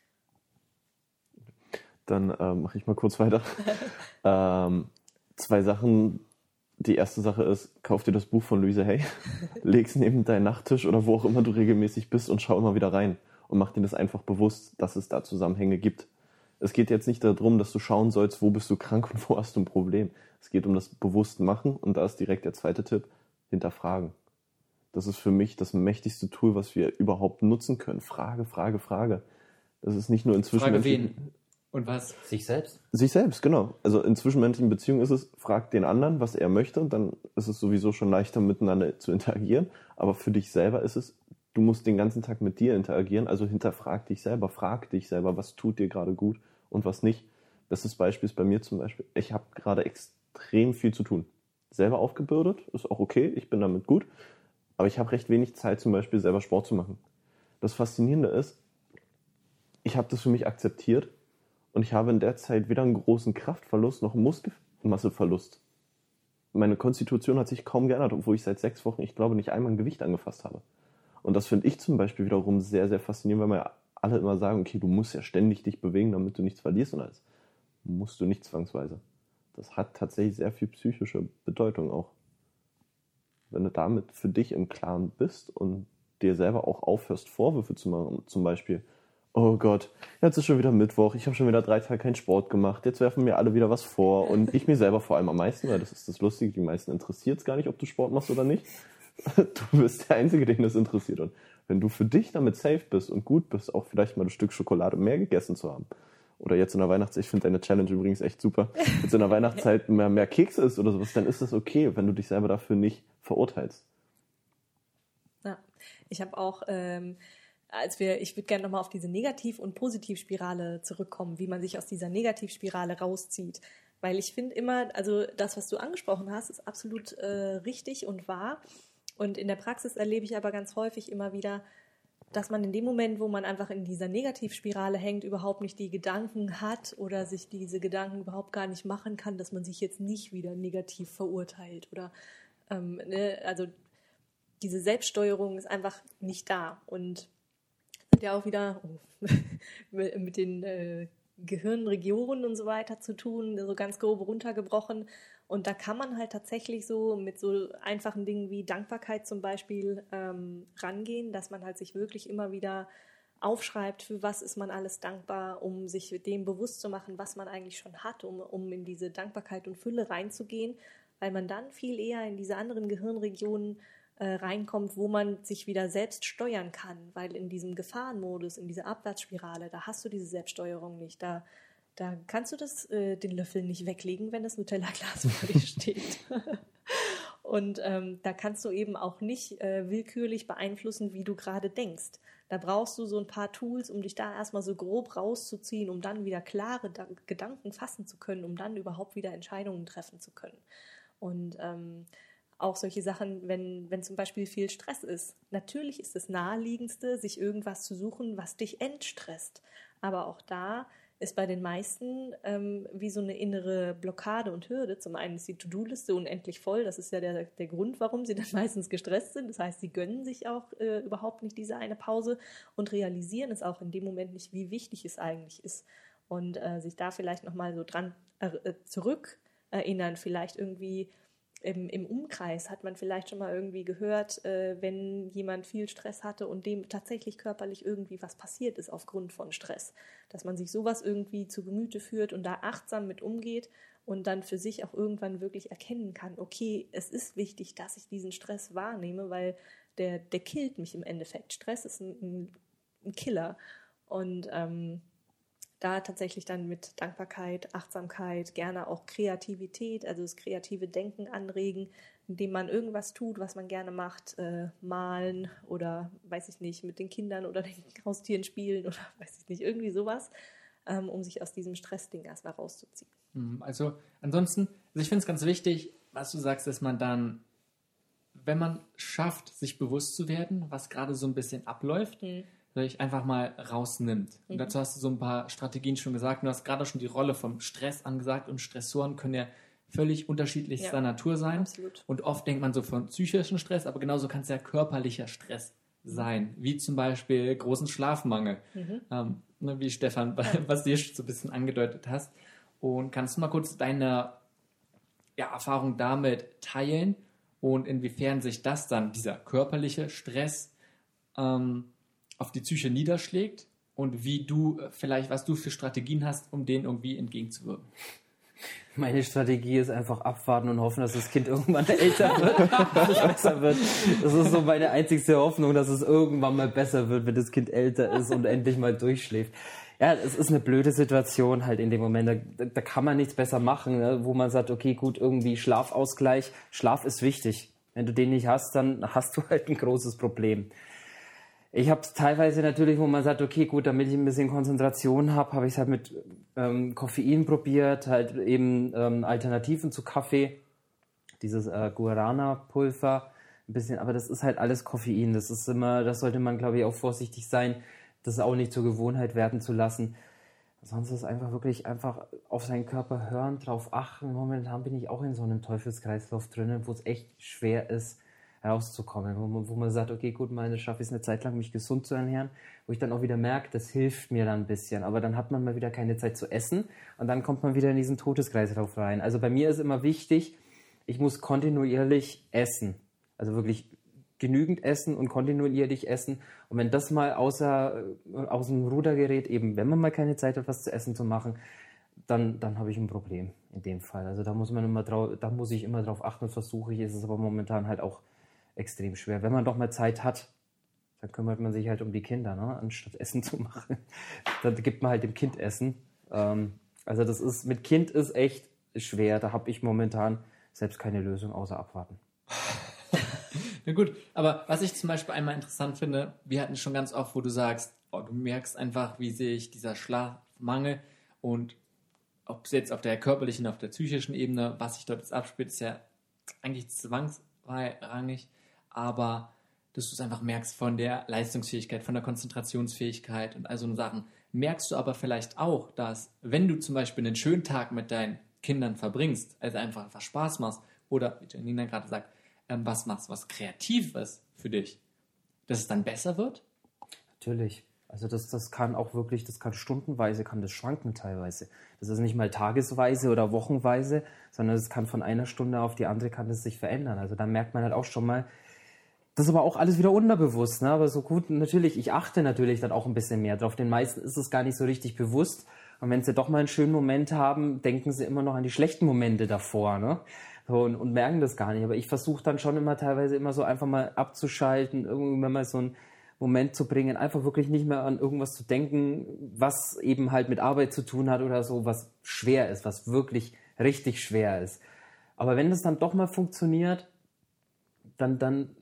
Dann ähm, mache ich mal kurz weiter. ähm, zwei Sachen. Die erste Sache ist, kauf dir das Buch von Louise Hay, leg's neben deinen Nachttisch oder wo auch immer du regelmäßig bist und schau immer wieder rein und mach dir das einfach bewusst, dass es da Zusammenhänge gibt. Es geht jetzt nicht darum, dass du schauen sollst, wo bist du krank und wo hast du ein Problem. Es geht um das Bewusstmachen und da ist direkt der zweite Tipp, hinterfragen. Das ist für mich das mächtigste Tool, was wir überhaupt nutzen können. Frage, Frage, Frage. Das ist nicht nur inzwischen... Frage wen? Und was? Sich selbst? Sich selbst, genau. Also in zwischenmenschlichen Beziehungen ist es, frag den anderen, was er möchte, und dann ist es sowieso schon leichter, miteinander zu interagieren. Aber für dich selber ist es, du musst den ganzen Tag mit dir interagieren, also hinterfrag dich selber, frag dich selber, was tut dir gerade gut und was nicht. Bestes Beispiel ist bei mir zum Beispiel, ich habe gerade extrem viel zu tun. Selber aufgebürdet, ist auch okay, ich bin damit gut, aber ich habe recht wenig Zeit zum Beispiel selber Sport zu machen. Das Faszinierende ist, ich habe das für mich akzeptiert, und ich habe in der Zeit weder einen großen Kraftverlust noch einen Muskelmasseverlust. Meine Konstitution hat sich kaum geändert, obwohl ich seit sechs Wochen, ich glaube, nicht einmal ein Gewicht angefasst habe. Und das finde ich zum Beispiel wiederum sehr, sehr faszinierend, weil wir alle immer sagen, okay, du musst ja ständig dich bewegen, damit du nichts verlierst. Und alles musst du nicht zwangsweise. Das hat tatsächlich sehr viel psychische Bedeutung auch. Wenn du damit für dich im Klaren bist und dir selber auch aufhörst, Vorwürfe zu machen, zum Beispiel, oh Gott, jetzt ist schon wieder Mittwoch, ich habe schon wieder drei Tage keinen Sport gemacht, jetzt werfen mir alle wieder was vor und ich mir selber vor allem am meisten, weil das ist das Lustige, die meisten interessiert es gar nicht, ob du Sport machst oder nicht. Du bist der Einzige, den das interessiert. Und wenn du für dich damit safe bist und gut bist, auch vielleicht mal ein Stück Schokolade mehr gegessen zu haben, oder jetzt in der Weihnachtszeit, ich finde deine Challenge übrigens echt super, jetzt in der Weihnachtszeit mehr, mehr Keks isst oder sowas, dann ist das okay, wenn du dich selber dafür nicht verurteilst. Ja, ich habe auch... Ähm Als wir, ich würde gerne nochmal auf diese Negativ- und Positivspirale zurückkommen, wie man sich aus dieser Negativspirale rauszieht. Weil ich finde immer, also das, was du angesprochen hast, ist absolut äh, richtig und wahr. Und in der Praxis erlebe ich aber ganz häufig immer wieder, dass man in dem Moment, wo man einfach in dieser Negativspirale hängt, überhaupt nicht die Gedanken hat oder sich diese Gedanken überhaupt gar nicht machen kann, dass man sich jetzt nicht wieder negativ verurteilt. Oder ähm, ne, also diese Selbststeuerung ist einfach nicht da. Und ja auch wieder oh, mit den äh, Gehirnregionen und so weiter zu tun, so ganz grob runtergebrochen. Und da kann man halt tatsächlich so mit so einfachen Dingen wie Dankbarkeit zum Beispiel ähm, rangehen, dass man halt sich wirklich immer wieder aufschreibt, für was ist man alles dankbar, um sich dem bewusst zu machen, was man eigentlich schon hat, um, um in diese Dankbarkeit und Fülle reinzugehen, weil man dann viel eher in diese anderen Gehirnregionen äh, reinkommt, wo man sich wieder selbst steuern kann, weil in diesem Gefahrenmodus, in dieser Abwärtsspirale, da hast du diese Selbststeuerung nicht, da, da kannst du das, äh, den Löffel nicht weglegen, wenn das Nutella-Glas vor dir steht. Und ähm, da kannst du eben auch nicht äh, willkürlich beeinflussen, wie du gerade denkst. Da brauchst du so ein paar Tools, um dich da erstmal so grob rauszuziehen, um dann wieder klare da- Gedanken fassen zu können, um dann überhaupt wieder Entscheidungen treffen zu können. Und ähm, auch solche Sachen, wenn, wenn zum Beispiel viel Stress ist. Natürlich ist das Naheliegendste, sich irgendwas zu suchen, was dich entstresst. Aber auch da ist bei den meisten ähm, wie so eine innere Blockade und Hürde. Zum einen ist die To-Do-Liste unendlich voll. Das ist ja der, der Grund, warum sie dann meistens gestresst sind. Das heißt, sie gönnen sich auch äh, überhaupt nicht diese eine Pause und realisieren es auch in dem Moment nicht, wie wichtig es eigentlich ist. Und äh, sich da vielleicht nochmal so dran äh, zurück erinnern, vielleicht irgendwie Im, im Umkreis hat man vielleicht schon mal irgendwie gehört, äh, wenn jemand viel Stress hatte und dem tatsächlich körperlich irgendwie was passiert ist aufgrund von Stress. Dass man sich sowas irgendwie zu Gemüte führt und da achtsam mit umgeht und dann für sich auch irgendwann wirklich erkennen kann, okay, es ist wichtig, dass ich diesen Stress wahrnehme, weil der, der killt mich im Endeffekt. Stress ist ein, ein, ein Killer. Und ähm, da tatsächlich dann mit Dankbarkeit, Achtsamkeit, gerne auch Kreativität, also das kreative Denken anregen, indem man irgendwas tut, was man gerne macht, äh, malen oder, weiß ich nicht, mit den Kindern oder den Haustieren spielen oder weiß ich nicht, irgendwie sowas, ähm, um sich aus diesem Stressding erstmal rauszuziehen. Also ansonsten, also ich finde es ganz wichtig, was du sagst, dass man dann, wenn man schafft, sich bewusst zu werden, was gerade so ein bisschen abläuft, mhm. sich einfach mal rausnimmt. Und mhm. dazu hast du so ein paar Strategien schon gesagt. Du hast gerade schon die Rolle vom Stress angesagt und Stressoren können ja völlig unterschiedlichster ja, Natur sein. Absolut. Und oft denkt man so von psychischen Stress, aber genauso kann es ja körperlicher Stress sein, wie zum Beispiel großen Schlafmangel, mhm. ähm, wie Stefan, was du so ein bisschen angedeutet hast. Und kannst du mal kurz deine ja, Erfahrung damit teilen und inwiefern sich das dann, dieser körperliche Stress, ähm, auf die Psyche niederschlägt und wie du vielleicht, was du für Strategien hast, um denen irgendwie entgegenzuwirken? Meine Strategie ist einfach abwarten und hoffen, dass das Kind irgendwann älter wird, dass es besser wird. Das ist so meine einzigste Hoffnung, dass es irgendwann mal besser wird, wenn das Kind älter ist und endlich mal durchschläft. Ja, es ist eine blöde Situation halt in dem Moment. Da, da kann man nichts besser machen, ne? Wo man sagt, okay, gut, irgendwie Schlafausgleich. Schlaf ist wichtig. Wenn du den nicht hast, dann hast du halt ein großes Problem. Ich habe es teilweise natürlich, wo man sagt, okay, gut, damit ich ein bisschen Konzentration habe, habe ich es halt mit ähm, Koffein probiert, halt eben ähm, Alternativen zu Kaffee, dieses äh, Guarana-Pulver, ein bisschen, aber das ist halt alles Koffein. Das ist immer, das sollte man, glaube ich, auch vorsichtig sein, das auch nicht zur Gewohnheit werden zu lassen. Sonst ist es einfach wirklich einfach auf seinen Körper hören, drauf achten. Momentan bin ich auch in so einem Teufelskreislauf drinnen, wo es echt schwer ist, herauszukommen, wo man, wo man sagt, okay, gut, meine schaffe ich es eine Zeit lang, mich gesund zu ernähren, wo ich dann auch wieder merke, das hilft mir dann ein bisschen, aber dann hat man mal wieder keine Zeit zu essen und dann kommt man wieder in diesen Todeskreislauf rein. Also bei mir ist immer wichtig, ich muss kontinuierlich essen, also wirklich genügend essen und kontinuierlich essen und wenn das mal außer, aus dem Ruder gerät, eben wenn man mal keine Zeit hat, was zu essen zu machen, dann, dann habe ich ein Problem in dem Fall. Also da muss man immer drauf, da muss ich immer drauf achten und versuche ich, ist es aber momentan halt auch extrem schwer. Wenn man doch mal Zeit hat, dann kümmert man sich halt um die Kinder, ne? Anstatt Essen zu machen. Dann gibt man halt dem Kind Essen. Ähm, also das ist, mit Kind ist echt schwer. Da habe ich momentan selbst keine Lösung, außer abwarten. Na gut, aber was ich zum Beispiel einmal interessant finde, wir hatten schon ganz oft, wo du sagst, oh, du merkst einfach, wie sich dieser Schlafmangel und ob es jetzt auf der körperlichen, auf der psychischen Ebene, was sich dort jetzt abspielt, ist ja eigentlich zwangsrangig, aber dass du es einfach merkst von der Leistungsfähigkeit, von der Konzentrationsfähigkeit und all so Sachen. Merkst du aber vielleicht auch, dass wenn du zum Beispiel einen schönen Tag mit deinen Kindern verbringst, also einfach was Spaß machst oder, wie Janina gerade sagt, ähm, was machst, was kreativ ist für dich, dass es dann besser wird? Natürlich. Also das, das kann auch wirklich, das kann stundenweise, kann das schwanken teilweise. Das ist nicht mal tagesweise oder wochenweise, sondern es kann von einer Stunde auf die andere kann das sich verändern. Also da merkt man halt auch schon mal, das ist aber auch alles wieder unterbewusst, ne? Aber so gut, natürlich, ich achte natürlich dann auch ein bisschen mehr drauf. Den meisten ist es gar nicht so richtig bewusst. Und wenn sie doch mal einen schönen Moment haben, denken sie immer noch an die schlechten Momente davor, ne? So, und, und merken das gar nicht. Aber ich versuche dann schon immer teilweise immer so einfach mal abzuschalten, irgendwann mal so einen Moment zu bringen, einfach wirklich nicht mehr an irgendwas zu denken, was eben halt mit Arbeit zu tun hat oder so, was schwer ist, was wirklich richtig schwer ist. Aber wenn das dann doch mal funktioniert, dann, dann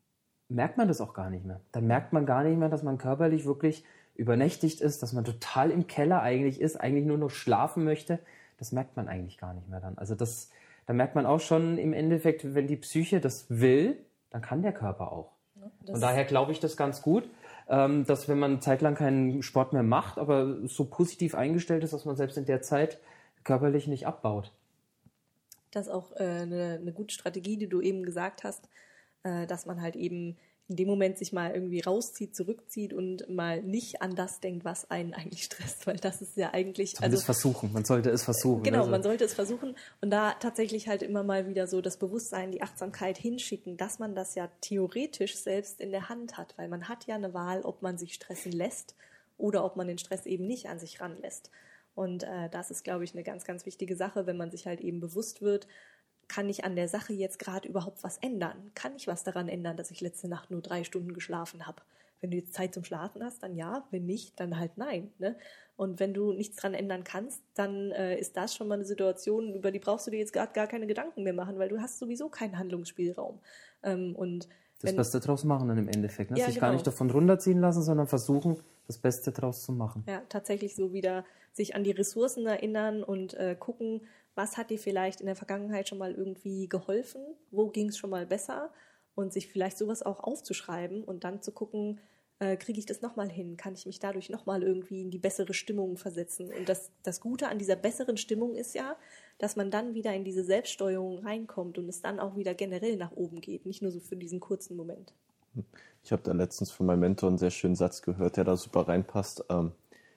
merkt man das auch gar nicht mehr. Dann merkt man gar nicht mehr, dass man körperlich wirklich übernächtigt ist, dass man total im Keller eigentlich ist, eigentlich nur noch schlafen möchte. Das merkt man eigentlich gar nicht mehr dann. Also das, da merkt man auch schon im Endeffekt, wenn die Psyche das will, dann kann der Körper auch. Ja, Von daher glaube ich das ganz gut, dass wenn man eine Zeit lang keinen Sport mehr macht, aber so positiv eingestellt ist, dass man selbst in der Zeit körperlich nicht abbaut. Das ist auch äh, eine, eine gute Strategie, die du eben gesagt hast, äh, dass man halt eben in dem Moment sich mal irgendwie rauszieht, zurückzieht und mal nicht an das denkt, was einen eigentlich stresst, weil das ist ja eigentlich... Also versuchen, man sollte es versuchen. Genau, also. man sollte es versuchen und da tatsächlich halt immer mal wieder so das Bewusstsein, die Achtsamkeit hinschicken, dass man das ja theoretisch selbst in der Hand hat, weil man hat ja eine Wahl, ob man sich stressen lässt oder ob man den Stress eben nicht an sich ranlässt. Und äh, das ist, glaube ich, eine ganz, ganz wichtige Sache, wenn man sich halt eben bewusst wird, kann ich an der Sache jetzt gerade überhaupt was ändern? Kann ich was daran ändern, dass ich letzte Nacht nur drei Stunden geschlafen habe? Wenn du jetzt Zeit zum Schlafen hast, dann ja. Wenn nicht, dann halt nein. Ne? Und wenn du nichts dran ändern kannst, dann äh, ist das schon mal eine Situation, über die brauchst du dir jetzt gerade gar keine Gedanken mehr machen, weil du hast sowieso keinen Handlungsspielraum. Ähm, und das wenn, Beste draus machen dann im Endeffekt. Ne? Ja, sich genau. gar nicht davon runterziehen lassen, sondern versuchen, das Beste draus zu machen. Ja, tatsächlich so wieder sich an die Ressourcen erinnern und äh, gucken, was hat dir vielleicht in der Vergangenheit schon mal irgendwie geholfen? Wo ging es schon mal besser? Und sich vielleicht sowas auch aufzuschreiben und dann zu gucken, äh, kriege ich das nochmal hin? Kann ich mich dadurch nochmal irgendwie in die bessere Stimmung versetzen? Und das, das Gute an dieser besseren Stimmung ist ja, dass man dann wieder in diese Selbststeuerung reinkommt und es dann auch wieder generell nach oben geht, nicht nur so für diesen kurzen Moment. Ich habe da letztens von meinem Mentor einen sehr schönen Satz gehört, der da super reinpasst. Ähm,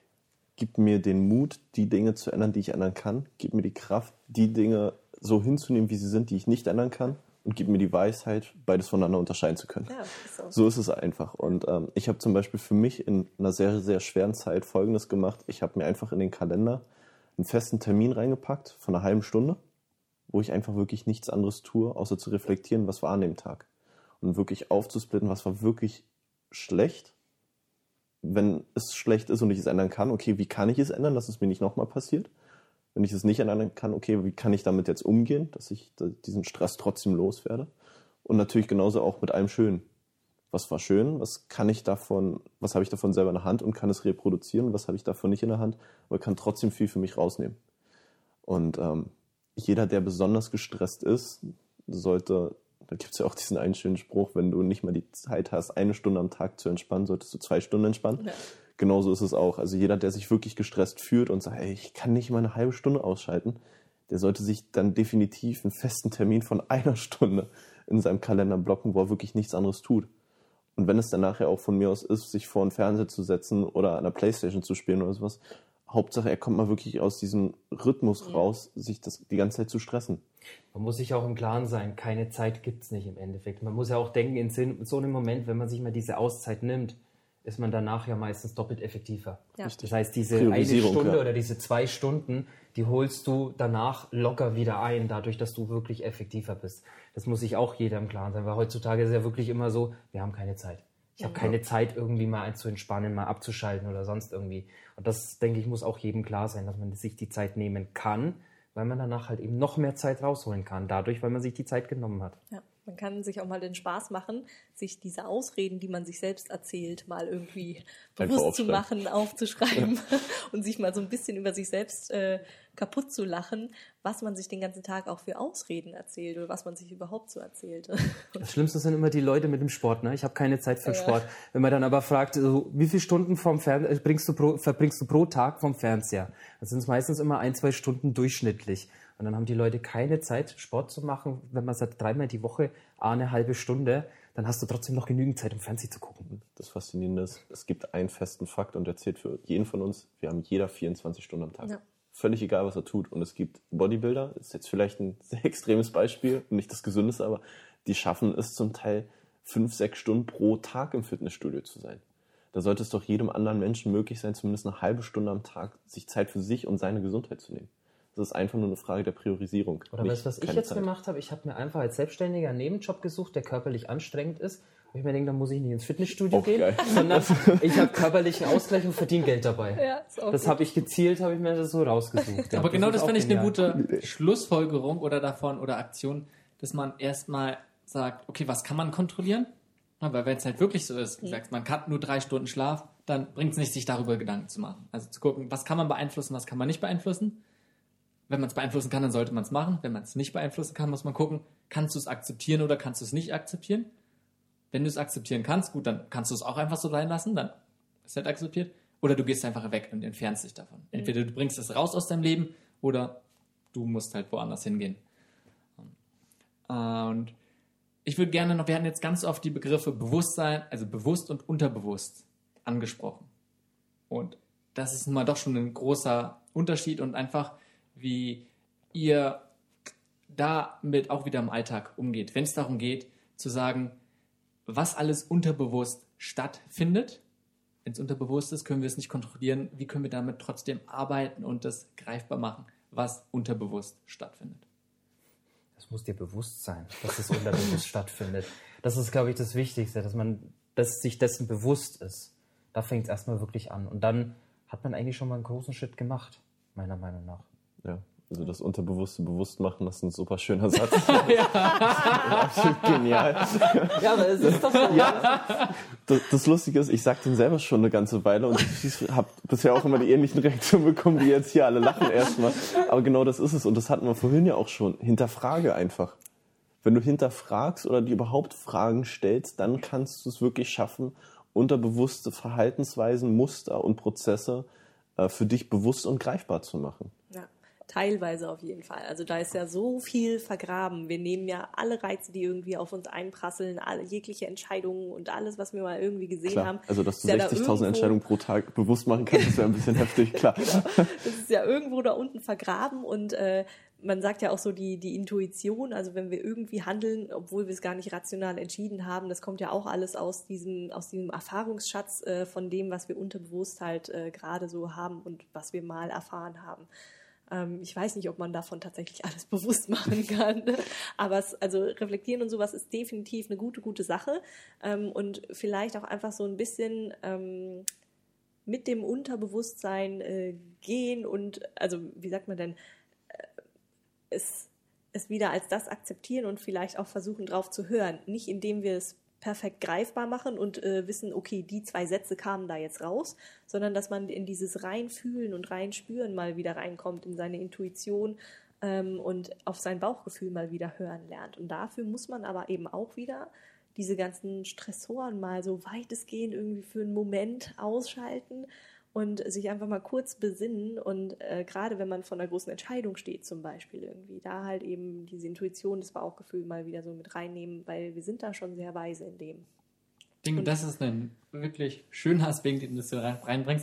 Gib mir den Mut, die Dinge zu ändern, die ich ändern kann. Gib mir die Kraft, die Dinge so hinzunehmen, wie sie sind, die ich nicht ändern kann. Und gib mir die Weisheit, beides voneinander unterscheiden zu können. Ja, ist so. So ist es einfach. Und ähm, ich habe zum Beispiel für mich in einer sehr, sehr schweren Zeit Folgendes gemacht. Ich habe mir einfach in den Kalender einen festen Termin reingepackt von einer halben Stunde, wo ich einfach wirklich nichts anderes tue, außer zu reflektieren, was war an dem Tag. Und wirklich aufzusplitten, was war wirklich schlecht. Wenn es schlecht ist und ich es ändern kann, okay, wie kann ich es ändern, dass es mir nicht nochmal passiert? Wenn ich es nicht ändern kann, okay, wie kann ich damit jetzt umgehen, dass ich diesen Stress trotzdem loswerde? Und natürlich genauso auch mit allem Schönen. Was war schön? Was kann ich davon, was habe ich davon selber in der Hand und kann es reproduzieren? Was habe ich davon nicht in der Hand, aber kann trotzdem viel für mich rausnehmen? Und ähm, jeder, der besonders gestresst ist, sollte... Da gibt es ja auch diesen einen schönen Spruch, wenn du nicht mal die Zeit hast, eine Stunde am Tag zu entspannen, solltest du zwei Stunden entspannen. Ja. Genauso ist es auch. Also jeder, der sich wirklich gestresst fühlt und sagt, ey, ich kann nicht mal eine halbe Stunde ausschalten, der sollte sich dann definitiv einen festen Termin von einer Stunde in seinem Kalender blocken, wo er wirklich nichts anderes tut. Und wenn es dann nachher auch von mir aus ist, sich vor den Fernseher zu setzen oder an der Playstation zu spielen oder sowas, Hauptsache, er kommt mal wirklich aus diesem Rhythmus ja. raus, sich das die ganze Zeit zu stressen. Man muss sich auch im Klaren sein, keine Zeit gibt es nicht im Endeffekt. Man muss ja auch denken, in so einem Moment, wenn man sich mal diese Auszeit nimmt, ist man danach ja meistens doppelt effektiver. Ja. Das heißt, diese eine Stunde ja. oder diese zwei Stunden, die holst du danach locker wieder ein, dadurch, dass du wirklich effektiver bist. Das muss sich auch jeder im Klaren sein, weil heutzutage ist es ja wirklich immer so, wir haben keine Zeit. Ich habe keine Zeit, irgendwie mal zu entspannen, mal abzuschalten oder sonst irgendwie. Und das, denke ich, muss auch jedem klar sein, dass man sich die Zeit nehmen kann, weil man danach halt eben noch mehr Zeit rausholen kann, dadurch, weil man sich die Zeit genommen hat. Ja, man kann sich auch mal den Spaß machen, sich diese Ausreden, die man sich selbst erzählt, mal irgendwie bewusst zu machen, aufzuschreiben ja. und sich mal so ein bisschen über sich selbst äh, kaputt zu lachen, was man sich den ganzen Tag auch für Ausreden erzählt oder was man sich überhaupt so erzählt. Das Schlimmste sind immer die Leute mit dem Sport. Ne? Ich habe keine Zeit für ja. Sport. Wenn man dann aber fragt, also, wie viele Stunden vom Fern- bringst du pro, verbringst du pro Tag vom Fernseher? Das sind meistens immer ein, zwei Stunden durchschnittlich. Und dann haben die Leute keine Zeit, Sport zu machen. Wenn man sagt, dreimal die Woche eine halbe Stunde, dann hast du trotzdem noch genügend Zeit, um Fernsehen zu gucken. Das Faszinierende ist, es gibt einen festen Fakt und der zählt für jeden von uns. Wir haben jeder vierundzwanzig Stunden am Tag. Ja. Völlig egal, was er tut. Und es gibt Bodybuilder, ist jetzt vielleicht ein sehr extremes Beispiel, nicht das Gesündeste, aber die schaffen es zum Teil fünf, sechs Stunden pro Tag im Fitnessstudio zu sein. Da sollte es doch jedem anderen Menschen möglich sein, zumindest eine halbe Stunde am Tag sich Zeit für sich und seine Gesundheit zu nehmen. Das ist einfach nur eine Frage der Priorisierung. Oder weißt du, was ich jetzt Zeit. gemacht habe? Ich habe mir einfach als Selbstständiger einen Nebenjob gesucht, der körperlich anstrengend ist. Und ich mir denke, dann muss ich nicht ins Fitnessstudio auch gehen, geil. sondern ich habe körperlichen Ausgleich und verdiene Geld dabei. Ja, das habe ich gezielt, habe ich mir das so rausgesucht. Ja, aber genau das, das finde ich eine gute Schlussfolgerung oder davon oder Aktion, dass man erstmal sagt, okay, was kann man kontrollieren? Ja, weil wenn es halt wirklich so ist, mhm. sagst, man hat nur drei Stunden Schlaf, dann bringt es nicht, sich darüber Gedanken zu machen. Also zu gucken, was kann man beeinflussen, was kann man nicht beeinflussen. Wenn man es beeinflussen kann, dann sollte man es machen. Wenn man es nicht beeinflussen kann, muss man gucken, kannst du es akzeptieren oder kannst du es nicht akzeptieren? Wenn du es akzeptieren kannst, gut, dann kannst du es auch einfach so sein lassen, dann ist es halt akzeptiert. Oder du gehst einfach weg und entfernst dich davon. Entweder du bringst es raus aus deinem Leben oder du musst halt woanders hingehen. Und ich würde gerne noch, wir hatten jetzt ganz oft die Begriffe Bewusstsein, also bewusst und unterbewusst angesprochen. Und das ist nun mal doch schon ein großer Unterschied und einfach, wie ihr damit auch wieder im Alltag umgeht. Wenn es darum geht, zu sagen, was alles unterbewusst stattfindet. Wenn es unterbewusst ist, können wir es nicht kontrollieren. Wie können wir damit trotzdem arbeiten und das greifbar machen, was unterbewusst stattfindet? Das muss dir bewusst sein, dass es unterbewusst stattfindet. Das ist, glaube ich, das Wichtigste, dass man dass sich dessen bewusst ist. Da fängt es erstmal wirklich an. Und dann hat man eigentlich schon mal einen großen Schritt gemacht, meiner Meinung nach. Ja, also das Unterbewusste bewusst machen, das ist ein super schöner Satz. Ja. Absolut genial. Ja, aber es ist doch so. Ja. Das, das Lustige ist, ich sage den selber schon eine ganze Weile und ich habe bisher auch immer die ähnlichen Reaktionen bekommen, die jetzt hier alle lachen erstmal. Aber genau das ist es und das hatten wir vorhin ja auch schon. Hinterfrage einfach. Wenn du hinterfragst oder dir überhaupt Fragen stellst, dann kannst du es wirklich schaffen, unterbewusste Verhaltensweisen, Muster und Prozesse äh, für dich bewusst und greifbar zu machen. Ja. Teilweise auf jeden Fall. Also da ist ja so viel vergraben. Wir nehmen ja alle Reize, die irgendwie auf uns einprasseln, alle jegliche Entscheidungen und alles, was wir mal irgendwie gesehen klar. haben. Also dass du sechzigtausend da Entscheidungen pro Tag bewusst machen kannst, ist ja ein bisschen heftig, klar. Genau. Das ist ja irgendwo da unten vergraben und äh, man sagt ja auch so die, die Intuition, also wenn wir irgendwie handeln, obwohl wir es gar nicht rational entschieden haben, das kommt ja auch alles aus diesem, aus diesem Erfahrungsschatz äh, von dem, was wir unterbewusst halt äh, gerade so haben und was wir mal erfahren haben. Ich weiß nicht, ob man davon tatsächlich alles bewusst machen kann, aber es, also reflektieren und sowas ist definitiv eine gute, gute Sache und vielleicht auch einfach so ein bisschen ähm, mit dem Unterbewusstsein äh, gehen und, also wie sagt man denn, äh, es, es wieder als das akzeptieren und vielleicht auch versuchen, drauf zu hören. Nicht indem wir es perfekt greifbar machen und äh, wissen, okay, die zwei Sätze kamen da jetzt raus, sondern dass man in dieses Reinfühlen und Reinspüren mal wieder reinkommt, in seine Intuition ähm, und auf sein Bauchgefühl mal wieder hören lernt. Und dafür muss man aber eben auch wieder diese ganzen Stressoren mal so weitestgehend irgendwie für einen Moment ausschalten und sich einfach mal kurz besinnen und äh, gerade wenn man vor einer großen Entscheidung steht zum Beispiel irgendwie, da halt eben diese Intuition, das Bauchgefühl mal wieder so mit reinnehmen, weil wir sind da schon sehr weise in dem. Ich denke, und das ist ein wirklich schöner Aspekt, den du reinbringst.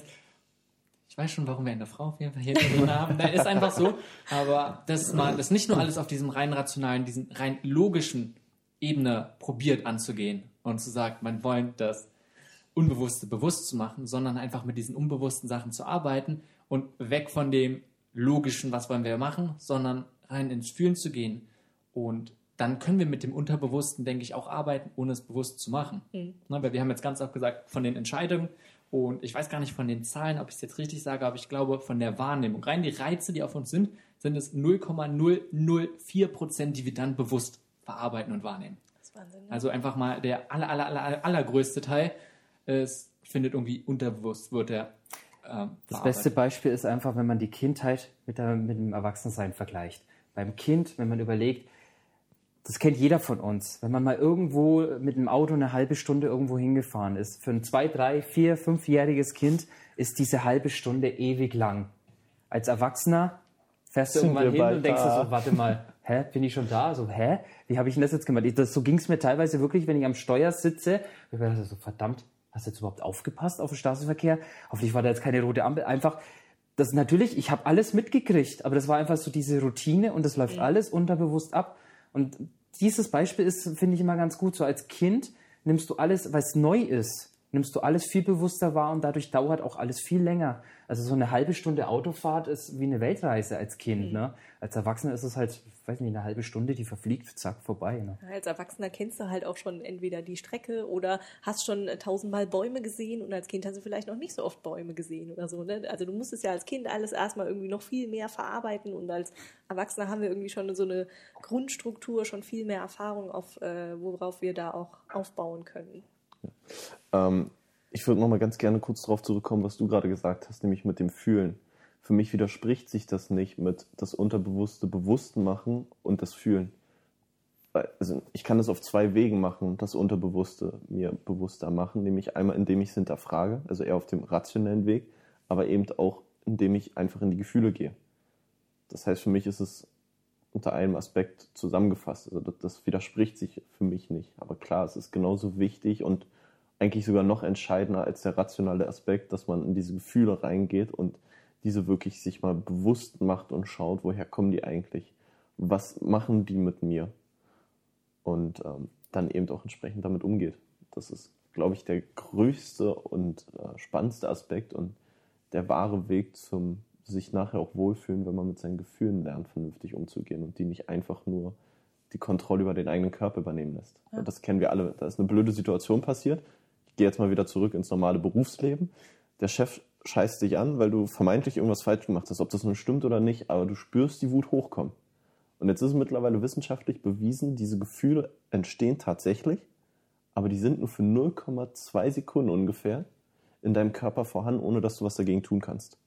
Ich weiß schon, warum wir eine Frau auf jeden Fall hier drin haben. Da ist einfach so, aber dass man das nicht nur alles auf diesem rein rationalen, diesen rein logischen Ebene probiert anzugehen und zu sagen, man wollen das Unbewusste bewusst zu machen, sondern einfach mit diesen unbewussten Sachen zu arbeiten und weg von dem Logischen, was wollen wir machen, sondern rein ins Fühlen zu gehen. Und dann können wir mit dem Unterbewussten, denke ich, auch arbeiten, ohne es bewusst zu machen. Mhm. Na, weil wir haben jetzt ganz oft gesagt, von den Entscheidungen und ich weiß gar nicht von den Zahlen, ob ich es jetzt richtig sage, aber ich glaube von der Wahrnehmung. Rein die Reize, die auf uns sind, sind es null Komma null null vier Prozent, die wir dann bewusst verarbeiten und wahrnehmen. Das ist Wahnsinn, ne? Also einfach mal der aller, aller, aller, allergrößte Teil. Es findet irgendwie unterbewusst, wird er ähm, Das beste Beispiel ist einfach, wenn man die Kindheit mit, der, mit dem Erwachsensein vergleicht. Beim Kind, wenn man überlegt, das kennt jeder von uns, wenn man mal irgendwo mit dem Auto eine halbe Stunde irgendwo hingefahren ist, für ein zwei-, drei-, vier-, fünfjähriges Kind ist diese halbe Stunde ewig lang. Als Erwachsener fährst du irgendwann hin und denkst dir so, warte mal, hä, bin ich schon da? So, hä, wie habe ich denn das jetzt gemacht? Das, so ging es mir teilweise wirklich, wenn ich am Steuer sitze. Ich dachte so, verdammt, hast du jetzt überhaupt aufgepasst auf den Straßenverkehr? Hoffentlich war da jetzt keine rote Ampel. Einfach, das natürlich, ich habe alles mitgekriegt, aber das war einfach so diese Routine und das läuft mhm. alles unterbewusst ab. Und dieses Beispiel ist, finde ich, immer ganz gut. So als Kind nimmst du alles, weil es neu ist, nimmst du alles viel bewusster wahr und dadurch dauert auch alles viel länger. Also so eine halbe Stunde Autofahrt ist wie eine Weltreise als Kind. Mhm. Ne? Als Erwachsener ist es halt, ich weiß nicht, eine halbe Stunde, die verfliegt, zack, vorbei. Ne? Als Erwachsener kennst du halt auch schon entweder die Strecke oder hast schon tausendmal Bäume gesehen und als Kind hast du vielleicht noch nicht so oft Bäume gesehen oder so. Ne? Also du musst es ja als Kind alles erstmal irgendwie noch viel mehr verarbeiten und als Erwachsener haben wir irgendwie schon so eine Grundstruktur, schon viel mehr Erfahrung, auf, äh, worauf wir da auch aufbauen können. Ja. Ähm, ich würde noch mal ganz gerne kurz darauf zurückkommen, was du gerade gesagt hast, nämlich mit dem Fühlen. Für mich widerspricht sich das nicht mit das Unterbewusste bewusst machen und das Fühlen. Also ich kann das auf zwei Wegen machen, das Unterbewusste mir bewusster machen, nämlich einmal, indem ich es hinterfrage, also eher auf dem rationellen Weg, aber eben auch, indem ich einfach in die Gefühle gehe. Das heißt, für mich ist es unter einem Aspekt zusammengefasst. Also das, das widerspricht sich für mich nicht. Aber klar, es ist genauso wichtig und eigentlich sogar noch entscheidender als der rationale Aspekt, dass man in diese Gefühle reingeht und diese wirklich sich mal bewusst macht und schaut, woher kommen die eigentlich? Was machen die mit mir? Und ähm, dann eben auch entsprechend damit umgeht. Das ist, glaube ich, der größte und äh, spannendste Aspekt und der wahre Weg zum sich nachher auch wohlfühlen, wenn man mit seinen Gefühlen lernt, vernünftig umzugehen und die nicht einfach nur die Kontrolle über den eigenen Körper übernehmen lässt. Ja. Das kennen wir alle. Da ist eine blöde Situation passiert. Ich gehe jetzt mal wieder zurück ins normale Berufsleben. Der Chef scheißt dich an, weil du vermeintlich irgendwas falsch gemacht hast, ob das nun stimmt oder nicht, aber du spürst die Wut hochkommen. Und jetzt ist es mittlerweile wissenschaftlich bewiesen, diese Gefühle entstehen tatsächlich, aber die sind nur für null Komma zwei Sekunden ungefähr in deinem Körper vorhanden, ohne dass du was dagegen tun kannst.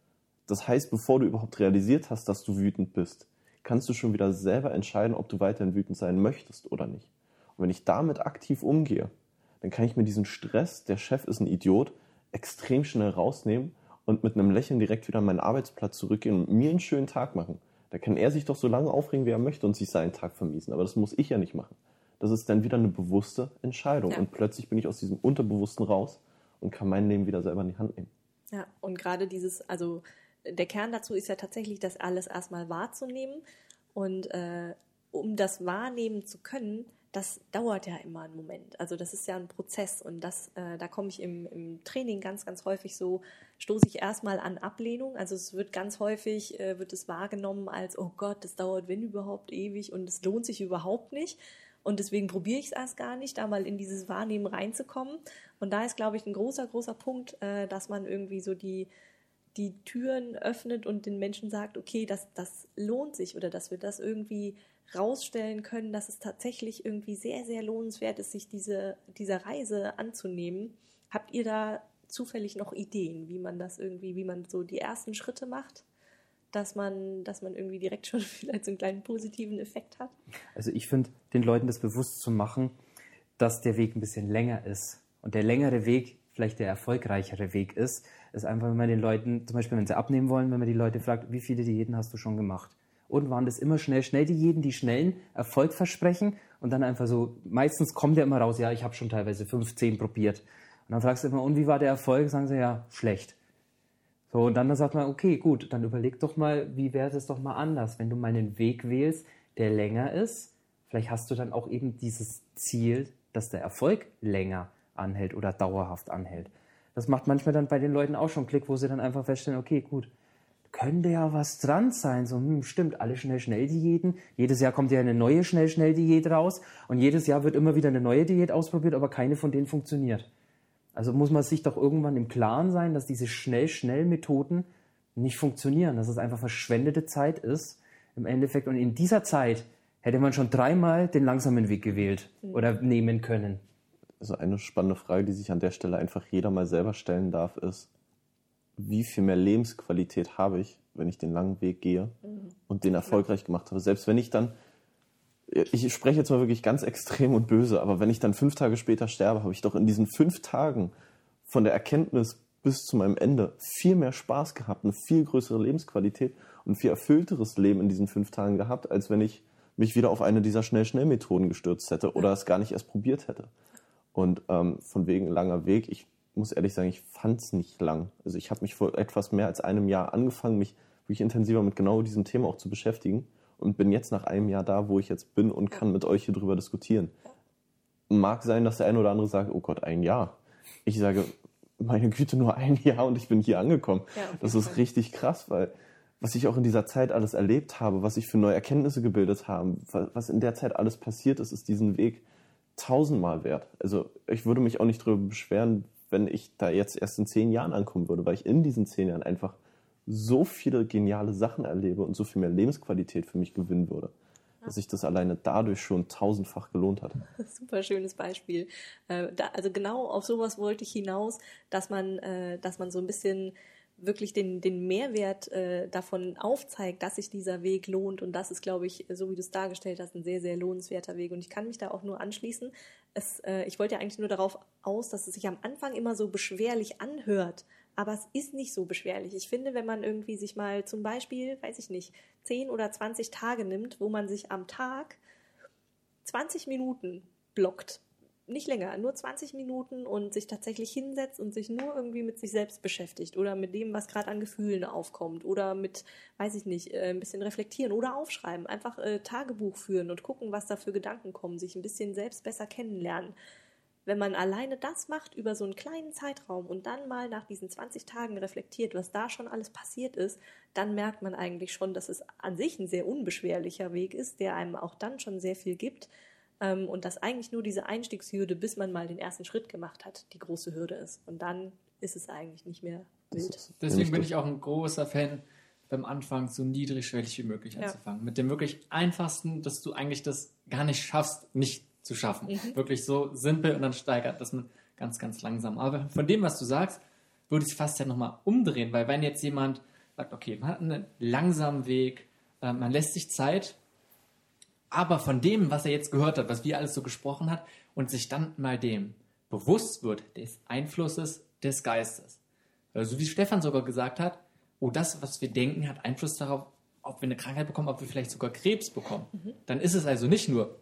Das heißt, bevor du überhaupt realisiert hast, dass du wütend bist, kannst du schon wieder selber entscheiden, ob du weiterhin wütend sein möchtest oder nicht. Und wenn ich damit aktiv umgehe, dann kann ich mir diesen Stress, der Chef ist ein Idiot, extrem schnell rausnehmen und mit einem Lächeln direkt wieder an meinen Arbeitsplatz zurückgehen und mir einen schönen Tag machen. Da kann er sich doch so lange aufregen, wie er möchte und sich seinen Tag vermiesen. Aber das muss ich ja nicht machen. Das ist dann wieder eine bewusste Entscheidung. Ja. Und plötzlich bin ich aus diesem Unterbewussten raus und kann mein Leben wieder selber in die Hand nehmen. Ja, und gerade dieses, also der Kern dazu ist ja tatsächlich, das alles erstmal wahrzunehmen. Und äh, um das wahrnehmen zu können, das dauert ja immer einen Moment. Also das ist ja ein Prozess und das, äh, da komme ich im, im Training ganz, ganz häufig so, stoße ich erstmal an Ablehnung. Also es wird ganz häufig, äh, wird es wahrgenommen als, oh Gott, das dauert wenn überhaupt ewig und es lohnt sich überhaupt nicht. Und deswegen probiere ich es erst gar nicht, da mal in dieses Wahrnehmen reinzukommen. Und da ist, glaube ich, ein großer, großer Punkt, äh, dass man irgendwie so die, die Türen öffnet und den Menschen sagt, okay, das, das lohnt sich oder dass wir das irgendwie rausstellen können, dass es tatsächlich irgendwie sehr, sehr lohnenswert ist, sich diese, dieser Reise anzunehmen. Habt ihr da zufällig noch Ideen, wie man das irgendwie, wie man so die ersten Schritte macht, dass man, dass man irgendwie direkt schon vielleicht so einen kleinen positiven Effekt hat? Also ich finde, den Leuten das bewusst zu machen, dass der Weg ein bisschen länger ist und der längere Weg vielleicht der erfolgreichere Weg ist, ist einfach, wenn man den Leuten, zum Beispiel wenn sie abnehmen wollen, wenn man die Leute fragt, wie viele Diäten hast du schon gemacht? Und waren das immer schnell, schnell Diäten, die schnellen Erfolg versprechen und dann einfach so, meistens kommt ja immer raus, ja, ich habe schon teilweise fünfzehn probiert. Und dann fragst du immer, und wie war der Erfolg? Sagen sie, ja, schlecht. So, und dann, dann sagt man, okay, gut, dann überleg doch mal, wie wäre es doch mal anders, wenn du mal einen Weg wählst, der länger ist. Vielleicht hast du dann auch eben dieses Ziel, dass der Erfolg länger anhält oder dauerhaft anhält. Das macht manchmal dann bei den Leuten auch schon Klick, wo sie dann einfach feststellen, okay, gut, könnte ja was dran sein. So, hm, stimmt, alle Schnell-Schnell-Diäten. Jedes Jahr kommt ja eine neue Schnell-Schnell-Diät raus und jedes Jahr wird immer wieder eine neue Diät ausprobiert, aber keine von denen funktioniert. Also muss man sich doch irgendwann im Klaren sein, dass diese Schnell-Schnell-Methoden nicht funktionieren, dass es einfach verschwendete Zeit ist im Endeffekt. Und in dieser Zeit hätte man schon dreimal den langsamen Weg gewählt oder nehmen können. Also eine spannende Frage, die sich an der Stelle einfach jeder mal selber stellen darf, ist, wie viel mehr Lebensqualität habe ich, wenn ich den langen Weg gehe mhm. und den erfolgreich gemacht habe. Selbst wenn ich dann, ich spreche jetzt mal wirklich ganz extrem und böse, aber wenn ich dann fünf Tage später sterbe, habe ich doch in diesen fünf Tagen von der Erkenntnis bis zu meinem Ende viel mehr Spaß gehabt, eine viel größere Lebensqualität und ein viel erfüllteres Leben in diesen fünf Tagen gehabt, als wenn ich mich wieder auf eine dieser Schnell-Schnell-Methoden gestürzt hätte oder es gar nicht erst probiert hätte. Und ähm, von wegen langer Weg, ich muss ehrlich sagen, ich fand es nicht lang. Also ich habe mich vor etwas mehr als einem Jahr angefangen, mich wirklich intensiver mit genau diesem Thema auch zu beschäftigen und bin jetzt nach einem Jahr da, wo ich jetzt bin und kann mit euch hier drüber diskutieren. Mag sein, dass der eine oder andere sagt, oh Gott, ein Jahr. Ich sage, meine Güte, nur ein Jahr und ich bin hier angekommen. Ja, das ist Fall. Richtig krass, weil was ich auch in dieser Zeit alles erlebt habe, was ich für neue Erkenntnisse gebildet habe, was in der Zeit alles passiert ist, ist diesen Weg tausendmal wert. Also ich würde mich auch nicht darüber beschweren, wenn ich da jetzt erst in zehn Jahren ankommen würde, weil ich in diesen zehn Jahren einfach so viele geniale Sachen erlebe und so viel mehr Lebensqualität für mich gewinnen würde, dass sich das alleine dadurch schon tausendfach gelohnt hat. Super schönes Beispiel. Äh, da, also genau auf sowas wollte ich hinaus, dass man, äh, dass man so ein bisschen wirklich den, den Mehrwert äh, davon aufzeigt, dass sich dieser Weg lohnt. Und das ist, glaube ich, so wie du es dargestellt hast, ein sehr, sehr lohnenswerter Weg. Und ich kann mich da auch nur anschließen. Es, äh, ich wollte ja eigentlich nur darauf aus, dass es sich am Anfang immer so beschwerlich anhört. Aber es ist nicht so beschwerlich. Ich finde, wenn man irgendwie sich mal zum Beispiel, weiß ich nicht, zehn oder zwanzig Tage nimmt, wo man sich am Tag zwanzig Minuten blockt, nicht länger, nur zwanzig Minuten und sich tatsächlich hinsetzt und sich nur irgendwie mit sich selbst beschäftigt oder mit dem, was gerade an Gefühlen aufkommt oder mit, weiß ich nicht, ein bisschen reflektieren oder aufschreiben, einfach äh, Tagebuch führen und gucken, was da für Gedanken kommen, sich ein bisschen selbst besser kennenlernen. Wenn man alleine das macht über so einen kleinen Zeitraum und dann mal nach diesen zwanzig Tagen reflektiert, was da schon alles passiert ist, dann merkt man eigentlich schon, dass es an sich ein sehr unbeschwerlicher Weg ist, der einem auch dann schon sehr viel gibt. Und dass eigentlich nur diese Einstiegshürde, bis man mal den ersten Schritt gemacht hat, die große Hürde ist. Und dann ist es eigentlich nicht mehr wild. Deswegen bin ich auch ein großer Fan, beim Anfang so niedrigschwellig wie möglich anzufangen. Ja. Mit dem wirklich einfachsten, dass du eigentlich das gar nicht schaffst, nicht zu schaffen. Mhm. Wirklich so simpel und dann steigert das man ganz, ganz langsam. Aber von dem, was du sagst, würde ich es fast ja nochmal umdrehen, weil wenn jetzt jemand sagt, okay, man hat einen langsamen Weg, äh, man lässt sich Zeit, aber von dem, was er jetzt gehört hat, was wir alles so gesprochen hat und sich dann mal dem bewusst wird, des Einflusses des Geistes. Also wie Stefan sogar gesagt hat, oh, das, was wir denken, hat Einfluss darauf, ob wir eine Krankheit bekommen, ob wir vielleicht sogar Krebs bekommen. Mhm. Dann ist es also nicht nur,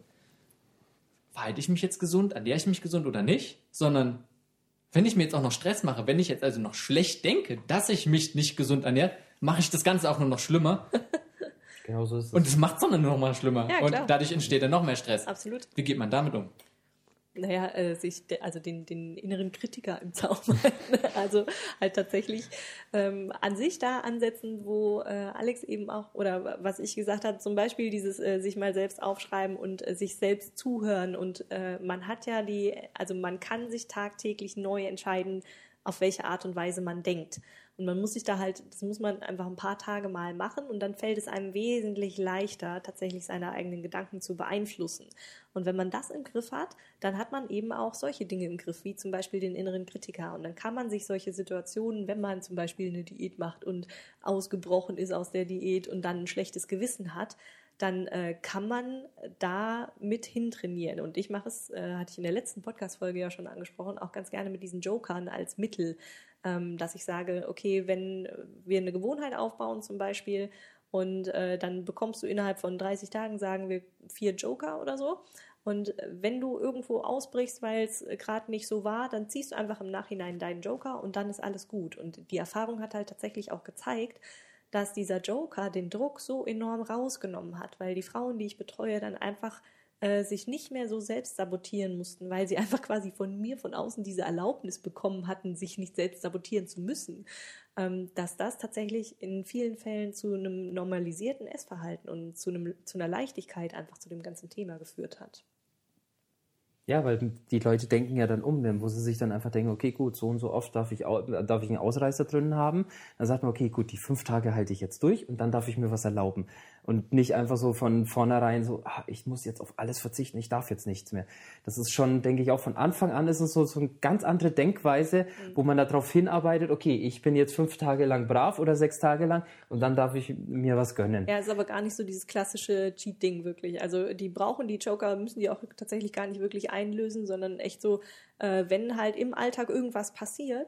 verhalte ich mich jetzt gesund, ernähre ich mich gesund oder nicht, sondern wenn ich mir jetzt auch noch Stress mache, wenn ich jetzt also noch schlecht denke, dass ich mich nicht gesund ernähre, mache ich das Ganze auch nur noch schlimmer. Genau so ist es. Und das macht es dann noch mal schlimmer. Ja, und dadurch entsteht dann noch mehr Stress. Absolut. Wie geht man damit um? Naja, äh, sich, also den, den inneren Kritiker im Zaum halten. Also halt tatsächlich ähm, an sich da ansetzen, wo äh, Alex eben auch, oder was ich gesagt habe, zum Beispiel dieses äh, sich mal selbst aufschreiben und äh, sich selbst zuhören. Und äh, man hat ja die, also man kann sich tagtäglich neu entscheiden, auf welche Art und Weise man denkt. Und man muss sich da halt, das muss man einfach ein paar Tage mal machen und dann fällt es einem wesentlich leichter, tatsächlich seine eigenen Gedanken zu beeinflussen. Und wenn man das im Griff hat, dann hat man eben auch solche Dinge im Griff, wie zum Beispiel den inneren Kritiker. Und dann kann man sich solche Situationen, wenn man zum Beispiel eine Diät macht und ausgebrochen ist aus der Diät und dann ein schlechtes Gewissen hat, dann äh, kann man da mit hintrainieren. Und ich mache es, äh, hatte ich in der letzten Podcast-Folge ja schon angesprochen, auch ganz gerne mit diesen Jokern als Mittel, ähm, dass ich sage, okay, wenn wir eine Gewohnheit aufbauen zum Beispiel und äh, dann bekommst du innerhalb von dreißig Tagen, sagen wir, vier Joker oder so. Und wenn du irgendwo ausbrichst, weil es gerade nicht so war, dann ziehst du einfach im Nachhinein deinen Joker und dann ist alles gut. Und die Erfahrung hat halt tatsächlich auch gezeigt, dass dieser Joker den Druck so enorm rausgenommen hat, weil die Frauen, die ich betreue, dann einfach äh, sich nicht mehr so selbst sabotieren mussten, weil sie einfach quasi von mir von außen diese Erlaubnis bekommen hatten, sich nicht selbst sabotieren zu müssen, ähm, dass das tatsächlich in vielen Fällen zu einem normalisierten Essverhalten und zu, einem, zu einer Leichtigkeit einfach zu dem ganzen Thema geführt hat. Ja, weil die Leute denken ja dann um, wo sie sich dann einfach denken, okay, gut, so und so oft darf ich, darf ich einen Ausreißer drin haben. Dann sagt man, okay, gut, die fünf Tage halte ich jetzt durch und dann darf ich mir was erlauben. Und nicht einfach so von vornherein so, ah, ich muss jetzt auf alles verzichten, ich darf jetzt nichts mehr. Das ist schon, denke ich, auch von Anfang an ist es so, so eine ganz andere Denkweise, mhm. wo man darauf hinarbeitet, okay, ich bin jetzt fünf Tage lang brav oder sechs Tage lang und dann darf ich mir was gönnen. Ja, ist aber gar nicht so dieses klassische Cheat-Ding wirklich. Also die brauchen die Joker, müssen die auch tatsächlich gar nicht wirklich einlösen, sondern echt so, äh, wenn halt im Alltag irgendwas passiert,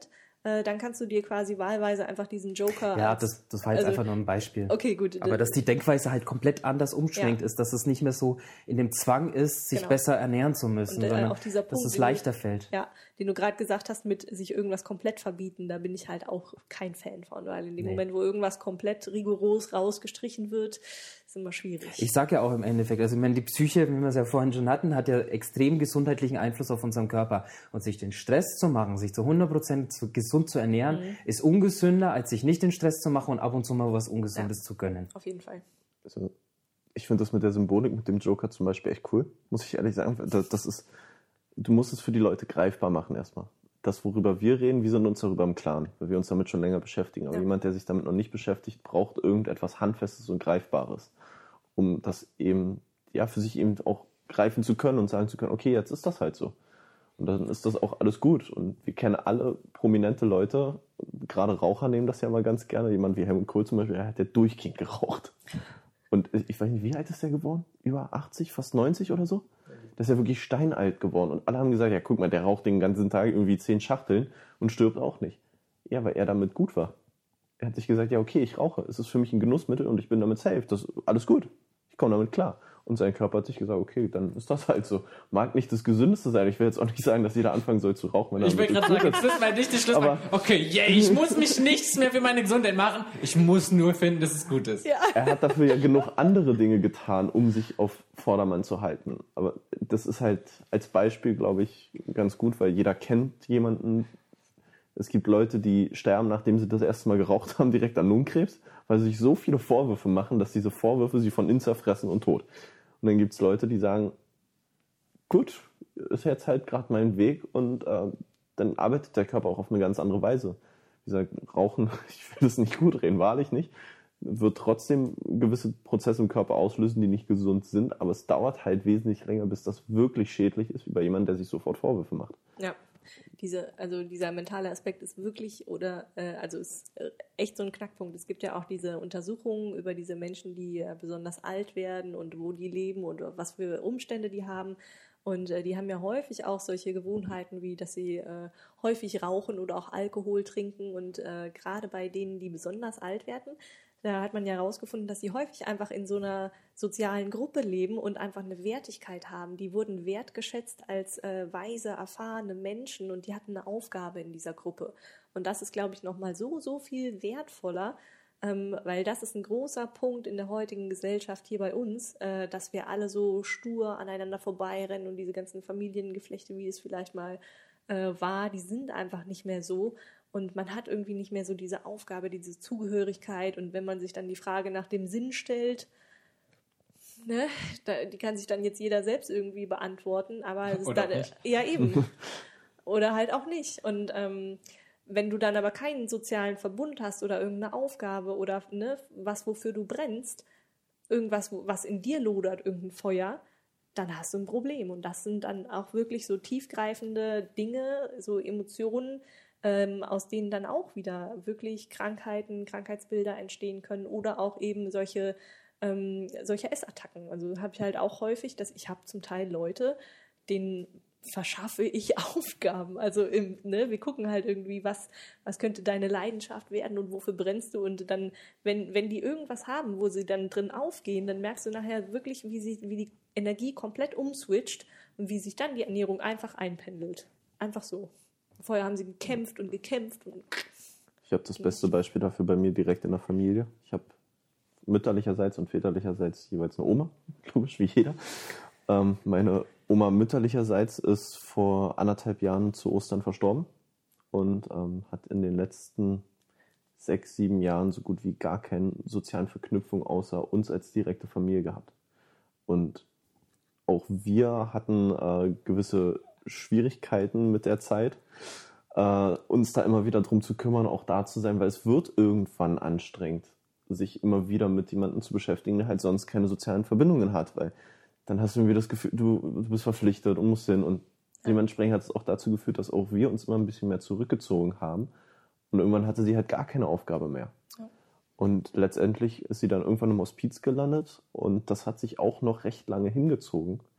äh, dann kannst du dir quasi wahlweise einfach diesen Joker... Ja, als, das, das war jetzt also, einfach nur ein Beispiel. Okay, gut. Aber dass die Denkweise halt komplett anders umschwenkt Ja. ist, dass es nicht mehr so in dem Zwang ist, sich Genau. besser ernähren zu müssen, Und, äh, sondern auch dieser dass Punkt, es den leichter du- fällt. Ja, den du gerade gesagt hast, mit sich irgendwas komplett verbieten, da bin ich halt auch kein Fan von, weil in dem Nee. Moment, wo irgendwas komplett rigoros rausgestrichen wird, ist immer schwierig. Ich sage ja auch im Endeffekt, also ich meine, die Psyche, wie wir es ja vorhin schon hatten, hat ja extrem gesundheitlichen Einfluss auf unseren Körper. Und sich den Stress zu machen, sich zu hundert Prozent zu, gesund zu ernähren, Mhm. ist ungesünder, als sich nicht den Stress zu machen und ab und zu mal was Ungesundes Ja. zu gönnen. Auf jeden Fall. Also, ich finde das mit der Symbolik, mit dem Joker zum Beispiel echt cool, muss ich ehrlich sagen. Das, das ist, du musst es für die Leute greifbar machen erstmal. Das, worüber wir reden, wir sind uns darüber im Klaren, weil wir uns damit schon länger beschäftigen. Aber Ja. jemand, der sich damit noch nicht beschäftigt, braucht irgendetwas Handfestes und Greifbares, um das eben, ja, für sich eben auch greifen zu können und sagen zu können, okay, jetzt ist das halt so. Und dann ist das auch alles gut. Und wir kennen alle prominente Leute, gerade Raucher nehmen das ja mal ganz gerne. Jemand wie Helmut Kohl zum Beispiel, der hat ja durchgehend geraucht. Und ich weiß nicht, wie alt ist der geworden? Über achtzig, fast neunzig oder so? Der ist ja wirklich steinalt geworden. Und alle haben gesagt, ja guck mal, der raucht den ganzen Tag irgendwie zehn Schachteln und stirbt auch nicht. Ja, weil er damit gut war. Er hat sich gesagt, ja okay, ich rauche. Es ist für mich ein Genussmittel und ich bin damit safe. Das ist alles gut. Ich komme damit klar. Und sein Körper hat sich gesagt, okay, dann ist das halt so. Mag nicht das Gesündeste sein. Ich will jetzt auch nicht sagen, dass jeder anfangen soll zu rauchen. Wenn er Ich will damit gerade gut sagen, ist. das ist mein richtig Schluss. Aber- Okay, yeah, ich muss mich nichts mehr für meine Gesundheit machen. Ich muss nur finden, dass es gut ist. Ja. Er hat dafür ja genug andere Dinge getan, um sich auf Vordermann zu halten. Aber das ist halt als Beispiel, glaube ich, ganz gut, weil jeder kennt jemanden. Es gibt Leute, die sterben, nachdem sie das erste Mal geraucht haben, direkt an Lungenkrebs, weil sie sich so viele Vorwürfe machen, dass diese Vorwürfe sie von innen zerfressen und tot. Und dann gibt es Leute, die sagen, gut, ist jetzt halt gerade mein Weg und äh, dann arbeitet der Körper auch auf eine ganz andere Weise. Wie gesagt, Rauchen, ich will das nicht gut reden, wahrlich nicht, wird trotzdem gewisse Prozesse im Körper auslösen, die nicht gesund sind, aber es dauert halt wesentlich länger, bis das wirklich schädlich ist, wie bei jemandem, der sich sofort Vorwürfe macht. Ja, diese, also dieser mentale Aspekt ist wirklich oder äh, also ist äh, echt so ein Knackpunkt. Es gibt ja auch diese Untersuchungen über diese Menschen, die äh, besonders alt werden und wo die leben und was für Umstände die haben. Und äh, die haben ja häufig auch solche Gewohnheiten, wie dass sie äh, häufig rauchen oder auch Alkohol trinken. Und äh, gerade bei denen, die besonders alt werden, da hat man ja herausgefunden, dass sie häufig einfach in so einer sozialen Gruppe leben und einfach eine Wertigkeit haben. Die wurden wertgeschätzt als äh, weise, erfahrene Menschen und die hatten eine Aufgabe in dieser Gruppe. Und das ist, glaube ich, nochmal so, so viel wertvoller, ähm, weil das ist ein großer Punkt in der heutigen Gesellschaft hier bei uns, äh, dass wir alle so stur aneinander vorbeirennen und diese ganzen Familiengeflechte, wie es vielleicht mal äh, war, die sind einfach nicht mehr so. Und man hat irgendwie nicht mehr so diese Aufgabe, diese Zugehörigkeit. Und wenn man sich dann die Frage nach dem Sinn stellt, ne, da, die kann sich dann jetzt jeder selbst irgendwie beantworten. Aber es ist Oder dann, auch nicht. ja eben. Oder halt auch nicht. Und ähm, wenn du dann aber keinen sozialen Verbund hast oder irgendeine Aufgabe oder ne, was, wofür du brennst, irgendwas, wo- was in dir lodert, irgendein Feuer, dann hast du ein Problem. Und das sind dann auch wirklich so tiefgreifende Dinge, so Emotionen, ähm, aus denen dann auch wieder wirklich Krankheiten, Krankheitsbilder entstehen können oder auch eben solche, ähm, solche Essattacken. Also habe ich halt auch häufig, dass ich habe zum Teil Leute, denen verschaffe ich Aufgaben. Also im, ne, wir gucken halt irgendwie, was, was könnte deine Leidenschaft werden und wofür brennst du. Und dann, wenn, wenn die irgendwas haben, wo sie dann drin aufgehen, dann merkst du nachher wirklich, wie, sie, wie die Energie komplett umswitcht und wie sich dann die Ernährung einfach einpendelt. Einfach so. Vorher haben sie gekämpft und gekämpft. Und Ich habe das beste Beispiel dafür bei mir direkt in der Familie. Ich habe mütterlicherseits und väterlicherseits jeweils eine Oma, logisch wie jeder. Ähm, meine Oma mütterlicherseits ist vor anderthalb Jahren zu Ostern verstorben und ähm, hat in den letzten sechs, sieben Jahren so gut wie gar keine sozialen Verknüpfungen außer uns als direkte Familie gehabt. Und auch wir hatten äh, gewisse Schwierigkeiten mit der Zeit, äh, uns da immer wieder drum zu kümmern, auch da zu sein, weil es wird irgendwann anstrengend, sich immer wieder mit jemandem zu beschäftigen, der halt sonst keine sozialen Verbindungen hat, weil dann hast du irgendwie das Gefühl, du, du bist verpflichtet und musst hin. Und dementsprechend hat es auch dazu geführt, dass auch wir uns immer ein bisschen mehr zurückgezogen haben. Und irgendwann hatte sie halt gar keine Aufgabe mehr. Ja. Und letztendlich ist sie dann irgendwann im Hospiz gelandet. Und das hat sich auch noch recht lange hingezogen.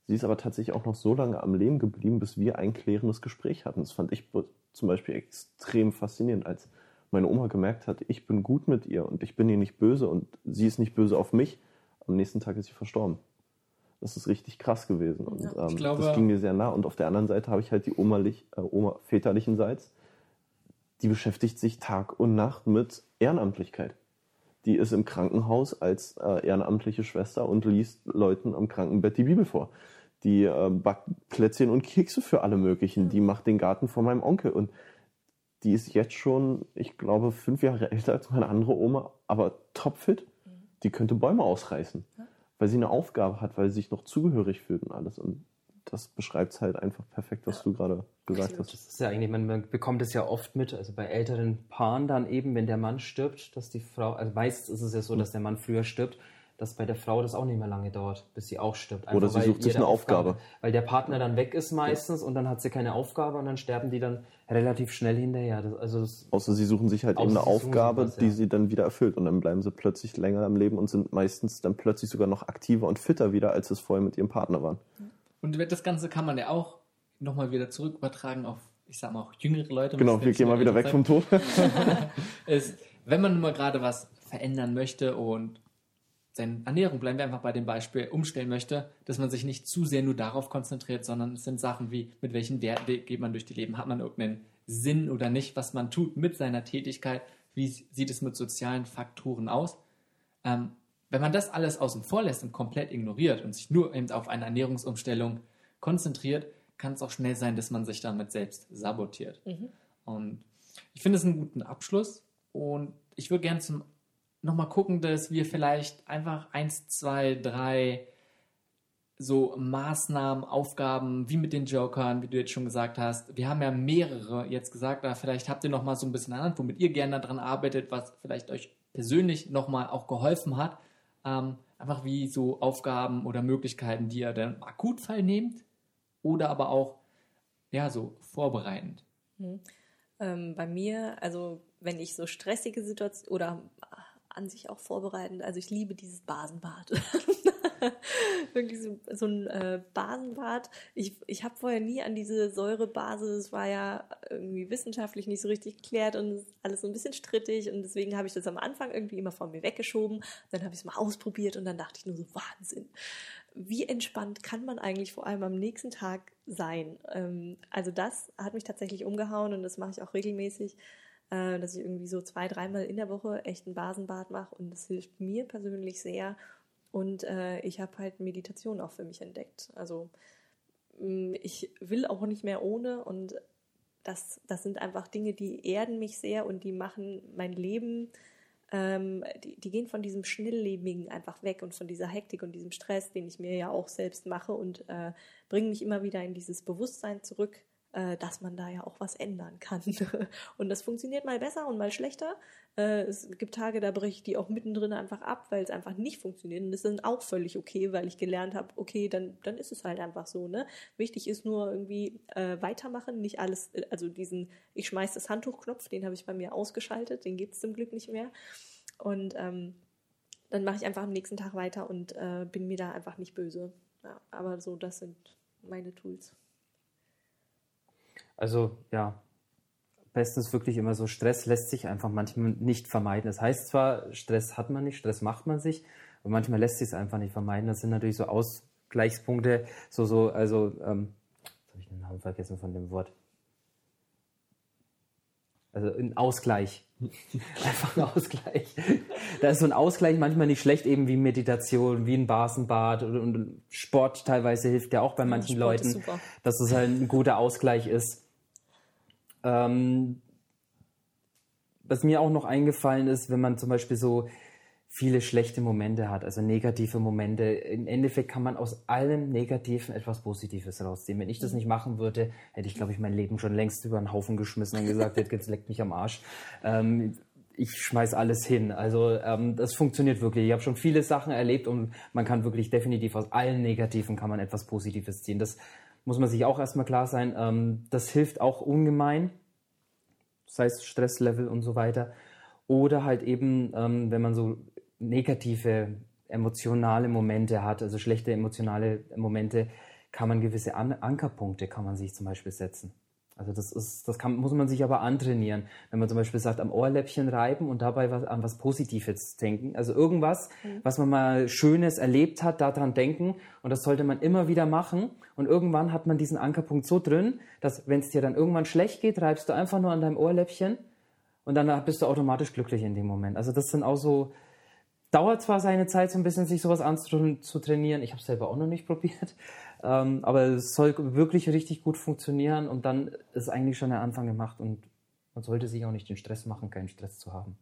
Sie ist aber tatsächlich auch noch so lange am Leben geblieben, bis wir ein klärendes Gespräch hatten. Das fand ich zum Beispiel extrem faszinierend, als meine Oma gemerkt hat, ich bin gut mit ihr und ich bin ihr nicht böse und sie ist nicht böse auf mich. Am nächsten Tag ist sie verstorben. Das ist richtig krass gewesen und ja, ähm, glaube, das ging mir sehr nah. Und auf der anderen Seite habe ich halt die Omerlich, äh, Oma väterlichenseits, die beschäftigt sich Tag und Nacht mit Ehrenamtlichkeit. Die ist im Krankenhaus als äh, ehrenamtliche Schwester und liest Leuten am Krankenbett die Bibel vor. Die äh, backt Plätzchen und Kekse für alle möglichen. Die macht den Garten von meinem Onkel. Und die ist jetzt schon, ich glaube, fünf Jahre älter als meine andere Oma, aber topfit. Die könnte Bäume ausreißen, weil sie eine Aufgabe hat, weil sie sich noch zugehörig fühlt und alles. Und das beschreibt es halt einfach perfekt, was du gerade gesagt hast. Das ist ja eigentlich, man, man bekommt es ja oft mit, also bei älteren Paaren dann eben, wenn der Mann stirbt, dass die Frau, also meistens ist es ja so, dass der Mann früher stirbt, dass bei der Frau das auch nicht mehr lange dauert, bis sie auch stirbt. Einfach Oder sie sucht sich eine Aufgabe. Aufgabe. Weil der Partner dann weg ist meistens ja. und dann hat sie keine Aufgabe und dann sterben die dann relativ schnell hinterher. Das, also das Außer sie suchen sich halt eben eine Aufgabe, was, ja. die sie dann wieder erfüllt und dann bleiben sie plötzlich länger im Leben und sind meistens dann plötzlich sogar noch aktiver und fitter wieder, als es vorher mit ihrem Partner waren. Und das Ganze kann man ja auch nochmal wieder zurück übertragen auf, ich sag mal, auch jüngere Leute. Genau, wir gehen mal wieder weg vom Tod. ist, wenn man mal gerade was verändern möchte und seine Ernährung, bleiben wir einfach bei dem Beispiel, umstellen möchte, dass man sich nicht zu sehr nur darauf konzentriert, sondern es sind Sachen wie, mit welchen Werten geht man durch die Leben, hat man irgendeinen Sinn oder nicht, was man tut mit seiner Tätigkeit, wie sieht es mit sozialen Faktoren aus. Ähm, wenn man das alles außen vor lässt und komplett ignoriert und sich nur eben auf eine Ernährungsumstellung konzentriert, kann es auch schnell sein, dass man sich damit selbst sabotiert. Mhm. Und ich finde es einen guten Abschluss und ich würde gerne zum nochmal gucken, dass wir vielleicht einfach eins, zwei, drei so Maßnahmen, Aufgaben, wie mit den Jokern, wie du jetzt schon gesagt hast. Wir haben ja mehrere jetzt gesagt, aber vielleicht habt ihr nochmal so ein bisschen an, womit ihr gerne daran arbeitet, was vielleicht euch persönlich nochmal auch geholfen hat. Ähm, einfach wie so Aufgaben oder Möglichkeiten, die ihr dann im Akutfall nehmt oder aber auch ja so vorbereitend. Mhm. Ähm, bei mir, also wenn ich so stressige Situationen oder an sich auch vorbereitend. Also ich liebe dieses Basenbad. Wirklich so, so ein äh, Basenbad. Ich, ich habe vorher nie an diese Säurebasis, es war ja irgendwie wissenschaftlich nicht so richtig geklärt und alles so ein bisschen strittig und deswegen habe ich das am Anfang irgendwie immer von mir weggeschoben. Dann habe ich es mal ausprobiert und dann dachte ich nur so, Wahnsinn. Wie entspannt kann man eigentlich vor allem am nächsten Tag sein? Ähm, also das hat mich tatsächlich umgehauen und das mache ich auch regelmäßig, dass ich irgendwie so zwei, dreimal in der Woche echt ein Basenbad mache und das hilft mir persönlich sehr und äh, ich habe halt Meditation auch für mich entdeckt. Also ich will auch nicht mehr ohne und das, das sind einfach Dinge, die erden mich sehr und die machen mein Leben, ähm, die, die gehen von diesem Schnelllebigen einfach weg und von dieser Hektik und diesem Stress, den ich mir ja auch selbst mache und äh, bringen mich immer wieder in dieses Bewusstsein zurück, dass man da ja auch was ändern kann. Und das funktioniert mal besser und mal schlechter. Es gibt Tage, da breche ich die auch mittendrin einfach ab, weil es einfach nicht funktioniert. Und das ist dann auch völlig okay, weil ich gelernt habe, okay, dann, dann ist es halt einfach so. Ne? Wichtig ist nur irgendwie äh, weitermachen, nicht alles, also diesen, ich schmeiß das Handtuchknopf, den habe ich bei mir ausgeschaltet, den gibt es zum Glück nicht mehr. Und ähm, dann mache ich einfach am nächsten Tag weiter und äh, bin mir da einfach nicht böse. Ja, aber so, das sind meine Tools. Also ja, bestens wirklich immer so, Stress lässt sich einfach manchmal nicht vermeiden. Das heißt zwar, Stress hat man nicht, Stress macht man sich, aber manchmal lässt sich es einfach nicht vermeiden. Das sind natürlich so Ausgleichspunkte, so, so, also, ähm, jetzt habe ich den Namen vergessen von dem Wort. Also ein Ausgleich. Einfach ein Ausgleich. Da ist so ein Ausgleich manchmal nicht schlecht, eben wie Meditation, wie ein Basenbad und, und Sport teilweise hilft ja auch bei manchen Sport Leuten, dass es halt ein guter Ausgleich ist. Ähm, was mir auch noch eingefallen ist, wenn man zum Beispiel so viele schlechte Momente hat, also negative Momente, im Endeffekt kann man aus allem Negativen etwas Positives rausziehen. Wenn ich das nicht machen würde, hätte ich, glaube ich, mein Leben schon längst über den Haufen geschmissen und gesagt, jetzt leckt mich am Arsch. Ähm, ich schmeiß alles hin. Also ähm, das funktioniert wirklich. Ich habe schon viele Sachen erlebt und man kann wirklich definitiv aus allen Negativen kann man etwas Positives ziehen. Das muss man sich auch erstmal klar sein. Ähm, das hilft auch ungemein, sei es Stresslevel und so weiter. Oder halt eben, ähm, wenn man so negative emotionale Momente hat, also schlechte emotionale Momente, kann man gewisse An- Ankerpunkte kann man sich zum Beispiel setzen. Also das ist, das kann, muss man sich aber antrainieren. Wenn man zum Beispiel sagt, am Ohrläppchen reiben und dabei was, an was Positives denken. Also irgendwas, mhm. was man mal Schönes erlebt hat, daran denken. Und das sollte man immer wieder machen. Und irgendwann hat man diesen Ankerpunkt so drin, dass wenn es dir dann irgendwann schlecht geht, reibst du einfach nur an deinem Ohrläppchen und dann bist du automatisch glücklich in dem Moment. Also das sind auch so, dauert zwar seine Zeit so ein bisschen, sich sowas anzutrainieren. Ich habe es selber auch noch nicht probiert. Ähm, aber es soll wirklich richtig gut funktionieren und dann ist eigentlich schon der Anfang gemacht und man sollte sich auch nicht den Stress machen, keinen Stress zu haben.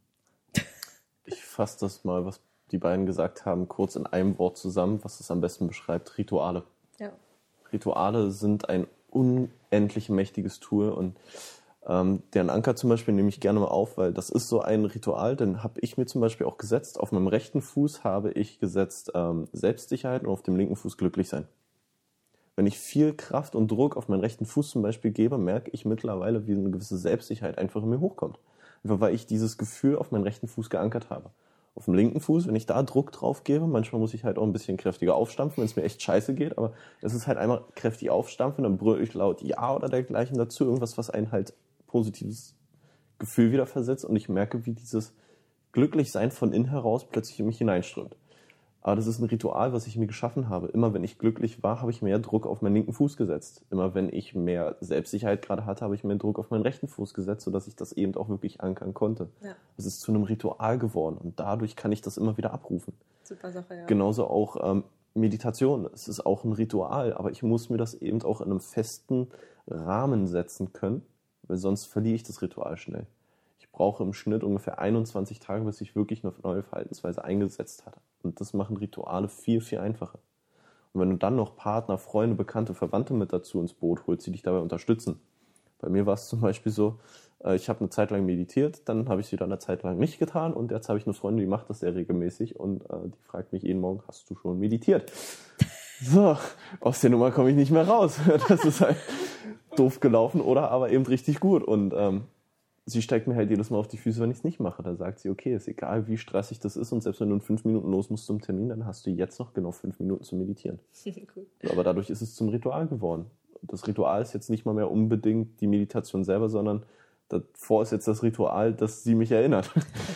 Ich fasse das mal, was die beiden gesagt haben, kurz in einem Wort zusammen, was es am besten beschreibt: Rituale. Ja. Rituale sind ein unendlich mächtiges Tool und ähm, deren Anker zum Beispiel nehme ich gerne mal auf, weil das ist so ein Ritual, den habe ich mir zum Beispiel auch gesetzt. Auf meinem rechten Fuß habe ich gesetzt ähm, Selbstsicherheit und auf dem linken Fuß glücklich sein. Wenn ich viel Kraft und Druck auf meinen rechten Fuß zum Beispiel gebe, merke ich mittlerweile, wie eine gewisse Selbstsicherheit einfach in mir hochkommt. Einfach weil ich dieses Gefühl auf meinen rechten Fuß geankert habe. Auf dem linken Fuß, wenn ich da Druck drauf gebe, manchmal muss ich halt auch ein bisschen kräftiger aufstampfen, wenn es mir echt scheiße geht, aber es ist halt einmal kräftig aufstampfen, dann brülle ich laut Ja oder dergleichen dazu, irgendwas, was einen halt positives Gefühl wieder versetzt und ich merke, wie dieses Glücklichsein von innen heraus plötzlich in mich hineinströmt. Aber das ist ein Ritual, was ich mir geschaffen habe. Immer wenn ich glücklich war, habe ich mehr Druck auf meinen linken Fuß gesetzt. Immer wenn ich mehr Selbstsicherheit gerade hatte, habe ich mehr Druck auf meinen rechten Fuß gesetzt, sodass ich das eben auch wirklich ankern konnte. Ja. Es ist zu einem Ritual geworden und dadurch kann ich das immer wieder abrufen. Super Sache, ja. Genauso auch ähm, Meditation. Es ist auch ein Ritual, aber ich muss mir das eben auch in einem festen Rahmen setzen können, weil sonst verliere ich das Ritual schnell. Ich brauche im Schnitt ungefähr einundzwanzig Tage, bis ich wirklich eine neue Verhaltensweise eingesetzt hatte. Und das machen Rituale viel, viel einfacher. Und wenn du dann noch Partner, Freunde, Bekannte, Verwandte mit dazu ins Boot holst, die dich dabei unterstützen. Bei mir war es zum Beispiel so, ich habe eine Zeit lang meditiert, dann habe ich es wieder eine Zeit lang nicht getan und jetzt habe ich eine Freundin, die macht das sehr regelmäßig und die fragt mich jeden Morgen, hast du schon meditiert? So, aus der Nummer komme ich nicht mehr raus. Das ist halt doof gelaufen oder aber eben richtig gut und ähm, sie steigt mir halt jedes Mal auf die Füße, wenn ich es nicht mache. Da sagt sie, okay, ist egal, wie stressig das ist und selbst wenn du in fünf Minuten los musst zum Termin, dann hast du jetzt noch genau fünf Minuten zu meditieren. Cool. Aber dadurch ist es zum Ritual geworden. Das Ritual ist jetzt nicht mal mehr unbedingt die Meditation selber, sondern davor ist jetzt das Ritual, das sie mich erinnert.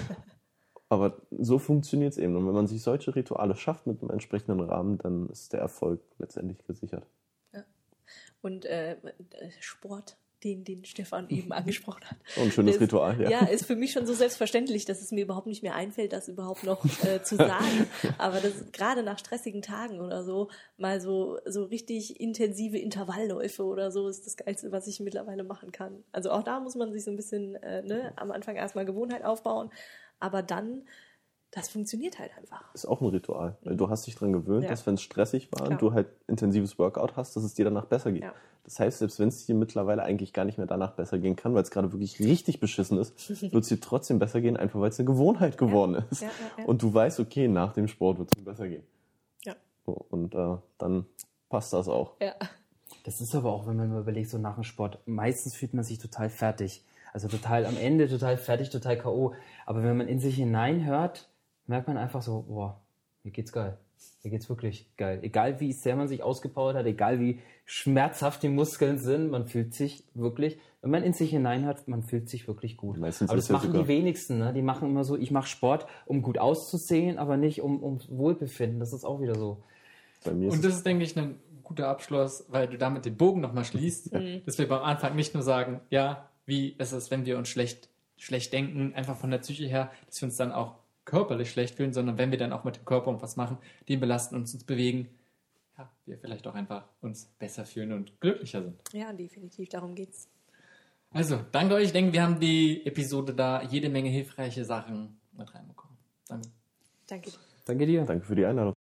Aber so funktioniert es eben. Und wenn man sich solche Rituale schafft mit einem entsprechenden Rahmen, dann ist der Erfolg letztendlich gesichert. Ja. Und äh, Sport, den, den Stefan eben angesprochen hat. Oh, ein schönes ist, Ritual, ja. Ja, ist für mich schon so selbstverständlich, dass es mir überhaupt nicht mehr einfällt, das überhaupt noch äh, zu sagen. Aber das gerade nach stressigen Tagen oder so, mal so, so richtig intensive Intervallläufe oder so, ist das Geilste, was ich mittlerweile machen kann. Also auch da muss man sich so ein bisschen äh, ne, am Anfang erstmal Gewohnheit aufbauen, aber dann, das funktioniert halt einfach. Ist auch ein Ritual, weil du hast dich daran gewöhnt, ja. dass wenn es stressig war Klar. und du halt intensives Workout hast, dass es dir danach besser geht. Ja. Das heißt, selbst wenn es dir mittlerweile eigentlich gar nicht mehr danach besser gehen kann, weil es gerade wirklich richtig beschissen ist, wird es dir trotzdem besser gehen, einfach weil es eine Gewohnheit geworden ja. ist. Ja, ja, ja. Und du weißt, okay, nach dem Sport wird es mir besser gehen. Ja. So, und äh, dann passt das auch. Ja. Das ist aber auch, wenn man mal überlegt, so nach dem Sport, meistens fühlt man sich total fertig. Also total am Ende, total fertig, total K O. Aber wenn man in sich hineinhört, merkt man einfach so, boah, mir geht's geil. Mir geht's wirklich geil. Egal wie sehr man sich ausgepowert hat, egal wie schmerzhaft die Muskeln sind, man fühlt sich wirklich, wenn man in sich hineinhört, man fühlt sich wirklich gut. Meistens aber das ja machen sogar die wenigsten, ne? Die machen immer so, ich mache Sport, um gut auszusehen, aber nicht um, um Wohlbefinden. Das ist auch wieder so. Bei mir ist Und das ist, denke ich, ein guter Abschluss, weil du damit den Bogen nochmal schließt, Mhm. dass wir beim Anfang nicht nur sagen, ja, wie ist es, wenn wir uns schlecht, schlecht denken, einfach von der Psyche her, dass wir uns dann auch körperlich schlecht fühlen, sondern wenn wir dann auch mit dem Körper was machen, den belasten und uns bewegen, ja, wir vielleicht auch einfach uns besser fühlen und glücklicher sind. Ja, definitiv, darum geht's. Also, danke euch. Ich denke, wir haben die Episode da jede Menge hilfreiche Sachen mit reinbekommen. Danke. Danke dir. Danke dir. Danke für die Einladung.